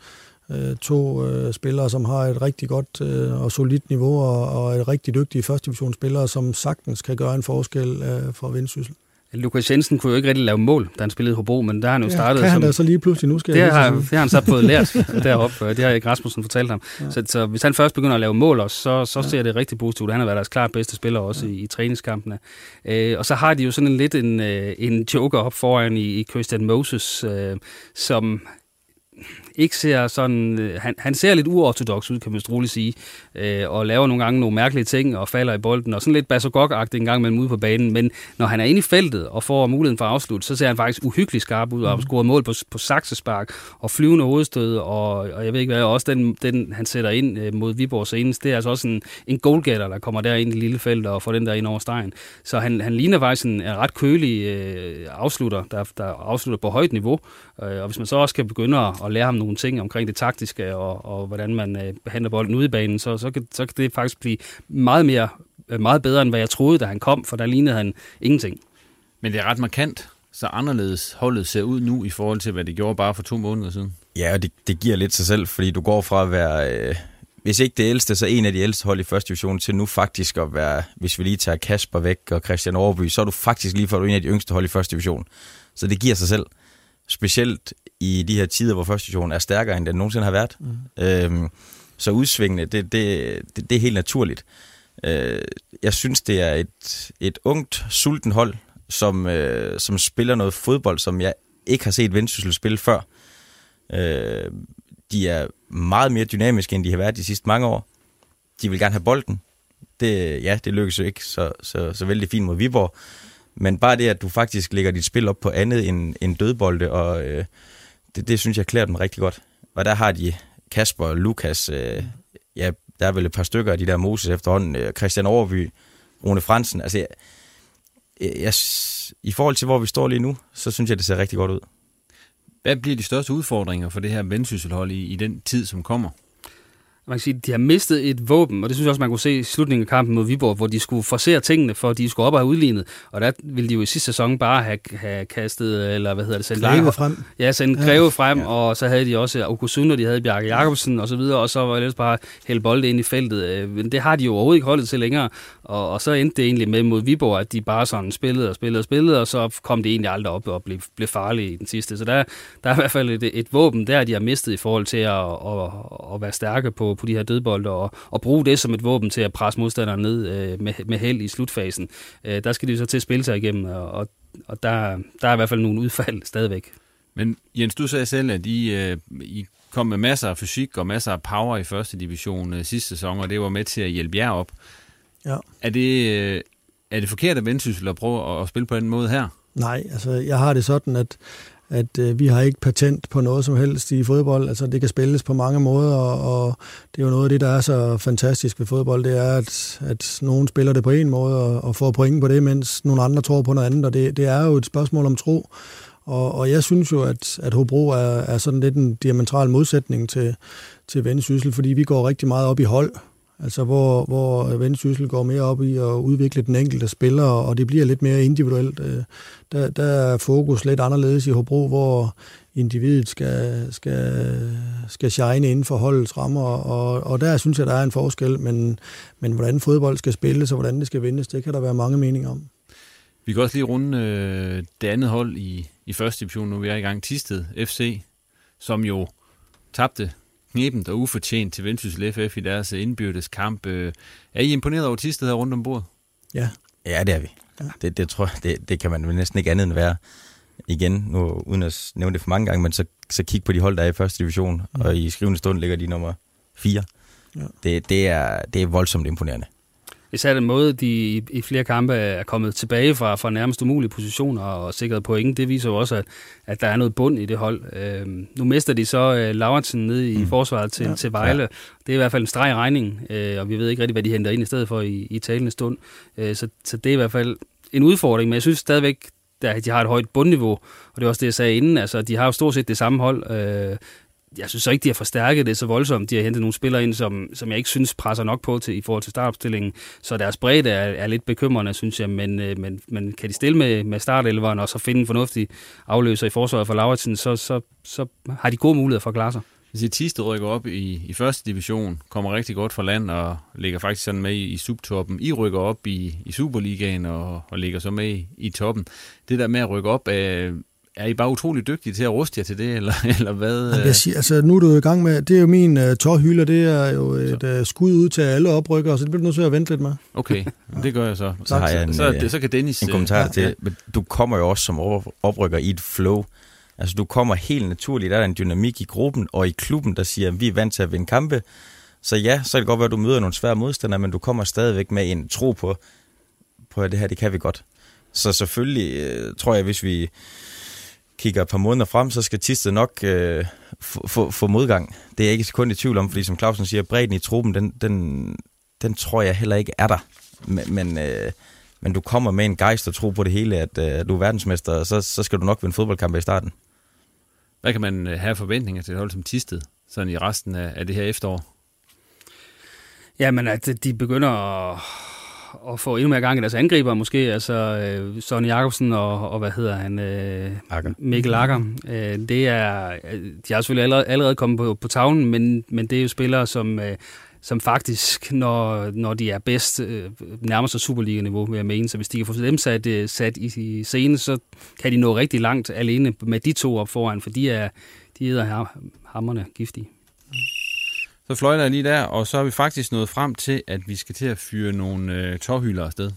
To øh, spillere, som har et rigtig godt øh, og solidt niveau, og, og et rigtig dygtige første divisionsspillere, som sagtens kan gøre en forskel øh, for Vendsyssel. Lukas Jensen kunne jo ikke rigtig lave mål, da han spillede i Hobro, men der har han jo ja, startet. Kan han som, da så lige pludselig nu skal det, jeg har, det har han så fået lært deroppe, det har Erik Rasmussen fortalt ham. Ja. Så, så hvis han først begynder at lave mål også, så, så ja. ser det rigtig positivt. Han har været deres klart bedste spiller også ja. i, i træningskampene. Øh, og så har de jo sådan en lidt en, en joker op foran i, i Christian Moses, øh, som ikke ser sådan, han, han ser lidt uortodoks ud, kan man roligt sige, øh, og laver nogle gange nogle mærkelige ting, og falder i bolden, og sådan lidt Basogok-agtigt en gang mellem ude på banen, men når han er inde i feltet, og får muligheden for at afslutte, så ser han faktisk uhyggeligt skarp ud, og har scoret mål på, på saksespark, og flyvende hovedstød, og, og jeg ved ikke hvad, også den, den han sætter ind øh, mod Viborg senest, det er altså også en, en goalgetter, der kommer der ind i lille felt, og får den der ind over stregen. Så han, han ligner faktisk en, en ret kølig øh, afslutter, der, der afslutter på højt niveau, øh, og hvis man så også kan begynde at, at lære ham nogle ting omkring det taktiske, og, og hvordan man øh, behandler bolden ude i banen, så, så, kan, så kan det faktisk blive meget mere, meget bedre, end hvad jeg troede, da han kom, for der lignede han ingenting. Men det er ret markant, så anderledes holdet ser ud nu, i forhold til, hvad det gjorde bare for to måneder siden. Ja, og det, det giver lidt sig selv, fordi du går fra at være, øh, hvis ikke det ældste, så en af de ældste hold i første division, til nu faktisk at være, hvis vi lige tager Kasper væk og Christian Overby, så er du faktisk lige for en af de yngste hold i første division. Så det giver sig selv. Specielt i de her tider, hvor første division er stærkere, end den nogensinde har været. Mm. Øhm, så udsvingende, det, det, det, det er helt naturligt. Øh, jeg synes, det er et, et ungt, sulten hold, som, øh, som spiller noget fodbold, som jeg ikke har set Vendsyssel spille før. Øh, de er meget mere dynamiske, end de har været de sidste mange år. De vil gerne have bolden. Det, ja, det lykkes jo ikke så, så, så vældig fint mod Viborg. Men bare det, at du faktisk lægger dit spil op på andet end, end dødbolde, og øh, det, det synes jeg klæder dem rigtig godt. Og der har de Kasper og Lukas, øh, ja, der er vel et par stykker af de der Moses efterhånden, øh, Christian Overby, Rune Fransen. Altså, jeg, jeg, i forhold til, hvor vi står lige nu, så synes jeg, det ser rigtig godt ud. Hvad bliver de største udfordringer for det her Vendsysselhold i, i den tid, som kommer? Man kan sige, de har mistet et våben, og det synes jeg også, man kunne se i slutningen af kampen mod Viborg, hvor de skulle forsere tingene, for de skulle op og have udlignet. Og der ville de jo i sidste sæson bare have, have kastet, eller hvad hedder det, sendt Greve frem. Ja, sendt ja. Greve frem, ja. Og så havde de også Augustin, og de havde Bjarke Jacobsen og så videre, og så var det ellers bare hælde bolde ind i feltet. Men det har de jo overhovedet ikke holdet til længere, og, og så endte det egentlig med mod Viborg, at de bare sådan spillede og spillede og spillede, og så kom det egentlig aldrig op og blev, blev farlige i den sidste. Så der, der er i hvert fald et, et våben der, de har mistet i forhold til at, at, at være stærke på, på de her dødbolde, og, og bruge det som et våben til at presse modstanderne ned øh, med, med held i slutfasen. Øh, der skal de jo så til at spille sig igennem, og, og der, der er i hvert fald nogle udfald stadigvæk. Men Jens, du sagde selv, at I, øh, I kom med masser af fysik og masser af power i første division øh, sidste sæson, og det var med til at hjælpe jer op. Ja. Er det, er det forkert af Vendsyssel at prøve at spille på den måde her? Nej, altså jeg har det sådan, at, at øh, vi har ikke patent på noget som helst i fodbold. Altså det kan spilles på mange måder, og, og det er jo noget af det, der er så fantastisk ved fodbold, det er, at, at nogen spiller det på en måde og, og får point på det, mens nogle andre tror på noget andet, og det, det er jo et spørgsmål om tro. Og, og jeg synes jo, at, at Hobro er, er sådan lidt en diametral modsætning til, til Vendsyssel, fordi vi går rigtig meget op i hold. Altså hvor, hvor Vendsyssel går mere op i at udvikle den enkelte spiller, og det bliver lidt mere individuelt. Der, der er fokus lidt anderledes i Hobro, hvor individet skal, skal, skal shine inden for holdets rammer, og, og der synes jeg, der er en forskel, men, men hvordan fodbold skal spilles, og hvordan det skal vindes, det kan der være mange meninger om. Vi kan også lige runde øh, det andet hold i, i første division, nu vi er i gang, Thisted F C, som jo tabte knebent og ufortjent til Vendsyssel F F i deres indbyrdes kamp. Er I imponeret over Thisted her rundt om bordet? Ja. Ja, det er vi. Ja. Det, det tror jeg, det, det kan man næsten ikke andet end være. Igen, nu uden at nævne det for mange gange, men så, så kig på de hold, der er i første division, ja. Og i skrivende stund ligger de nummer fire. Ja. Det, det, er, det er voldsomt imponerende. Især den måde, de i, i flere kampe er kommet tilbage fra, fra nærmest umulige positioner og sikret point, det viser jo også, at, at der er noget bund i det hold. Øhm, nu mister de så øh, Lauritsen nede i mm. forsvaret til, ja. til Vejle. Ja. Det er i hvert fald en streg i regning, øh, og vi ved ikke rigtig, hvad de henter ind i stedet for i, i talende stund. Øh, så, så det er i hvert fald en udfordring, men jeg synes stadigvæk, at de har et højt bundniveau, og det er også det, jeg sagde inden. Altså, de har jo stort set det samme hold. Øh, Jeg synes så ikke, de har forstærket det så voldsomt. De har hentet nogle spillere ind, som, som jeg ikke synes presser nok på til i forhold til startopstillingen. Så deres bredde er, er lidt bekymrende, synes jeg. Men, men, men kan de stille med, med startelveren og så finde en fornuftig afløser i forsvaret for Lauritsen, så, så, så har de gode muligheder for at klare sig. Thisted rykker op i, i første division, kommer rigtig godt fra land og ligger faktisk sådan med i, i subtoppen. I rykker op i, i Superligaen og, og ligger så med i, i toppen. Det der med at rykke op er... Er I bare utrolig dygtige til at ruste jer til det, eller, eller hvad? Jeg siger, altså, nu er du i gang med, det er jo min uh, tårhylder, det er jo et uh, skud ud til alle oprykkere, så det bliver du nødt til at vente lidt med. Okay, det gør jeg så. Så har jeg en, så, så, så kan Dennis... En kommentar ja, til, ja. Du kommer jo også som oprykker i et flow. Altså du kommer helt naturligt, der er en dynamik i gruppen og i klubben, der siger, at vi er vant til at vinde kampe. Så ja, så kan det godt være, at du møder nogle svære modstandere, men du kommer stadigvæk med en tro på, på at det her, det kan vi godt. Så selvfølgelig uh, tror jeg, hvis vi... kigger et par måneder frem, så skal Thisted nok øh, få modgang. Det er jeg ikke sekund i tvivl om, fordi som Clausen siger, bredden i truppen, den, den, den tror jeg heller ikke er der. Men, men, øh, men du kommer med en gejst og tro på det hele, at øh, du er verdensmester, og så, så skal du nok vinde fodboldkampe i starten. Hvad kan man have forventninger til et hold som Thisted, sådan i resten af, af det her efterår? Jamen, at de begynder at... og få endnu mere gang i deres angriber, måske, altså øh, Sonny Jacobsen og, og hvad hedder han? Øh, Akker. Mikkel Akker. Øh, det er, de har selvfølgelig allerede, allerede kommet på, på tavlen, men, men det er jo spillere, som, øh, som faktisk, når, når de er bedst, øh, nærmer sig Superliga-niveau, vil jeg mene. Så hvis de kan få dem sat, øh, sat i, i scenen, så kan de nå rigtig langt alene med de to op foran, for de er, de er hammerne giftige. Så fløjter jeg lige der, og så er vi faktisk nået frem til, at vi skal til at fyre nogle øh, tårhylder afsted.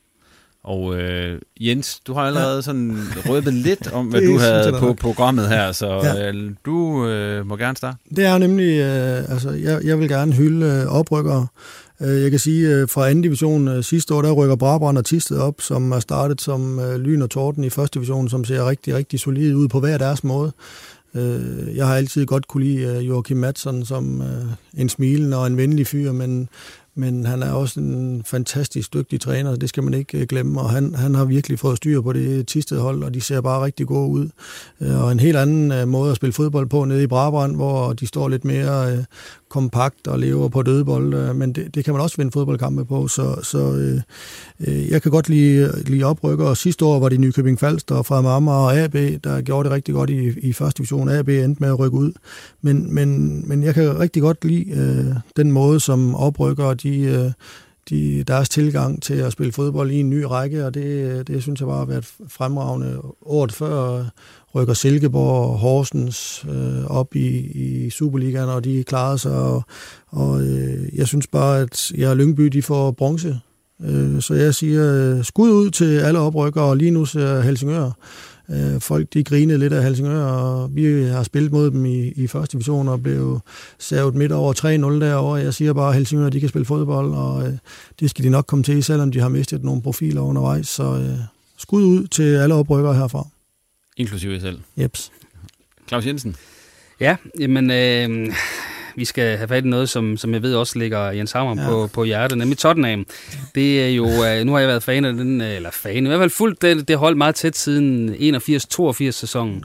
Og øh, Jens, du har allerede ja. sådan røbet lidt om, hvad du havde på programmet her, så ja. øh, du øh, må gerne starte. Det er nemlig, øh, altså jeg, jeg vil gerne hylde øh, oprykkere. Øh, jeg kan sige, øh, fra anden division øh, sidste år, der rykker Brabrand og Thisted op, som er startet som øh, lyn og torden i første division, som ser rigtig, rigtig solid ud på hver deres måde. Jeg har altid godt kunne lide Joachim Madsen som en smilende og en venlig fyr, men, men han er også en fantastisk dygtig træner, det skal man ikke glemme, og han, han har virkelig fået styr på det Thisted-hold, og de ser bare rigtig gode ud. Og en helt anden måde at spille fodbold på nede i Brabrand, hvor de står lidt mere kompakt og lever på dødebold, men det, det kan man også vinde fodboldkampe på, så, så øh, jeg kan godt lide, lide oprykker, og sidste år var det Nykøbing Falster og Fremad Amager og A B, der gjorde det rigtig godt i, i første division. A B endte med at rykke ud, men, men, men jeg kan rigtig godt lide øh, den måde, som oprykker de, øh, de, deres tilgang til at spille fodbold i en ny række, og det, det synes jeg bare har været fremragende. Året før rykker Silkeborg og Horsens øh, op i, i Superligaen, og de klarede sig, og, og øh, jeg synes bare, at jeg og Lyngby, de får bronze. Øh, så jeg siger øh, skud ud til alle oprykkere, og lige nu ser Helsingør Øh, folk, de grinede lidt af Helsingør, og vi har spillet mod dem i, i første division og blev savet midt over tre nul derovre. Jeg siger bare, at Helsingør, de kan spille fodbold, og øh, det skal de nok komme til, selvom de har mistet nogle profiler undervejs. Så øh, skud ud til alle oprykkere herfra. Inklusive jer selv. Jeps. Claus Jensen. Ja, jamen, øh, vi skal have fat i noget, som, som jeg ved også ligger Jens Hammer ja. på, på hjertet, nemlig Tottenham. Det er jo, øh, nu har jeg været fan af den, eller fan, i hvert fald fuldt det, det holdt meget tæt siden enogfirs toogfirs sæsonen.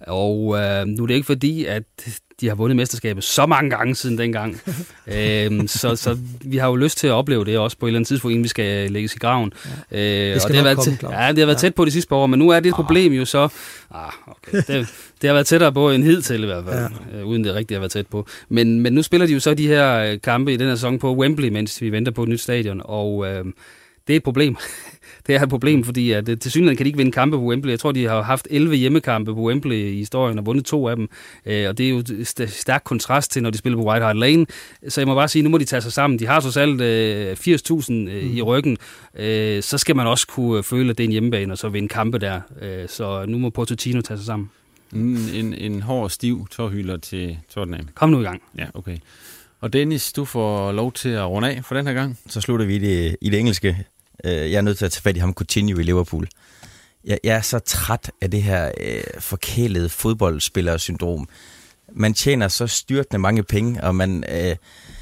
Og øh, nu er det ikke fordi, at de har vundet mesterskabet så mange gange siden dengang. øhm, så, så vi har jo lyst til at opleve det også på et eller andet tidspunkt, inden vi skal lægges i graven. Ja. Øh, det, og det har været komme, tæt, ja, det har været ja. tæt på de sidste par år, men nu er det et problem jo så... Ah, okay. det, det har været tættere på en hidtil i hvert fald, ja. øh, uden det rigtigt har været tæt på. Men, men nu spiller de jo så de her kampe i den her sæson på Wembley, mens vi venter på et nyt stadion, og øh, det er et problem. Det er et problem, fordi at, til synligheden kan de ikke vinde kampe på Wembley. Jeg tror, de har haft elleve hjemmekampe på Wembley i historien og vundet to af dem. Øh, og det er jo et stærk kontrast til, når de spiller på White Hart Lane. Så jeg må bare sige, nu må de tage sig sammen. De har så alt øh, firs tusind øh, mm. i ryggen. Øh, så skal man også kunne føle, at det er en hjemmebane, og så vinde kampe der. Øh, så nu må Pochettino tage sig sammen. Mm, en, en hård, stiv tårhylder til Tottenham. Kom nu i gang. Ja, okay. Og Dennis, du får lov til at runde af for den her gang. Så slutter vi det, i det engelske. Jeg er nødt til at tage fat i ham Coutinho i Liverpool. Jeg, jeg er så træt af det her øh, forkælede fodboldspillersyndrom. Man tjener så styrtende mange penge, og man, øh,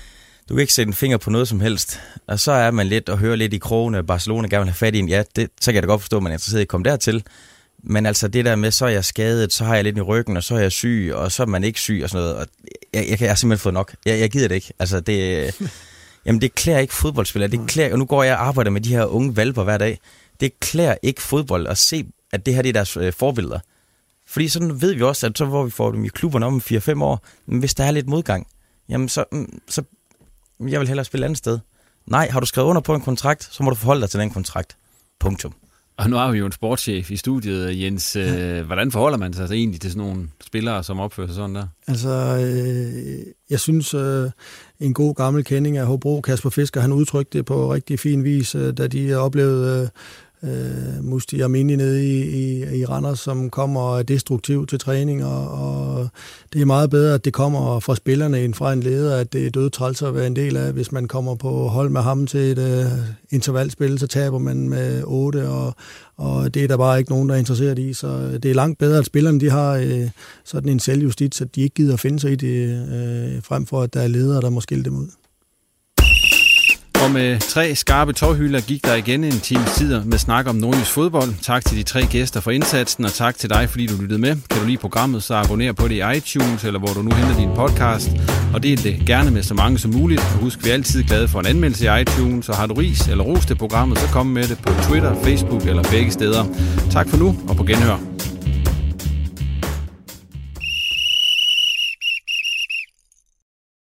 du kan ikke sætte en finger på noget som helst. Og så er man lidt og hører lidt i krogene, at Barcelona gerne vil have fat i en. Ja, det, så kan jeg da godt forstå, at man er interesseret i at komme dertil. Men altså det der med, så er jeg skadet, så har jeg lidt i ryggen, og så er jeg syg, og så er man ikke syg og sådan noget. Og jeg, jeg, jeg har simpelthen fået nok. Jeg, jeg gider det ikke. Altså det... Jamen, det klæder ikke fodboldspillere. Det klæder, og nu går jeg og arbejder med de her unge valper hver dag. Det klæder ikke fodbold at se, at det her det er deres øh, forbilleder. Fordi sådan ved vi også, at så hvor vi får dem i klubberne om fire fem år, men hvis der er lidt modgang, jamen så, så jeg vil hellere spille et andet sted. Nej, har du skrevet under på en kontrakt, så må du forholde dig til den kontrakt. Punktum. Og nu har vi jo en sportschef i studiet, Jens. Ja. Hvordan forholder man sig egentlig til sådan nogle spillere, som opfører sig sådan der? Altså, øh, jeg synes, øh, en god gammel kending af Hobro, Kasper Fisker, han udtrykte det på rigtig fin vis, øh, da de oplevede øh, øh, Musti Amini nede i, i, i Randers, som kommer og er destruktiv til træning, og, og det er meget bedre, at det kommer fra spillerne end fra en leder, at det er død træls at være en del af. Hvis man kommer på hold med ham til et øh, intervalspil, så taber man med otte, og, og det er der bare ikke nogen, der er interesseret i. Så det er langt bedre, at spillerne de har øh, sådan en selvjustits, at de ikke gider at finde sig i det, øh, frem for at der er ledere, der må skille dem ud. Og med tre skarpe tårhylder gik der igen en times tid med snak om nordjysk fodbold. Tak til de tre gæster for indsatsen, og tak til dig, fordi du lyttede med. Kan du lide programmet, så abonner på det i iTunes, eller hvor du nu henter din podcast. Og del det gerne med så mange som muligt. Og husk, vi er altid glade for en anmeldelse i iTunes, og har du ris eller ros til programmet, så kom med det på Twitter, Facebook eller begge steder. Tak for nu, og på genhør.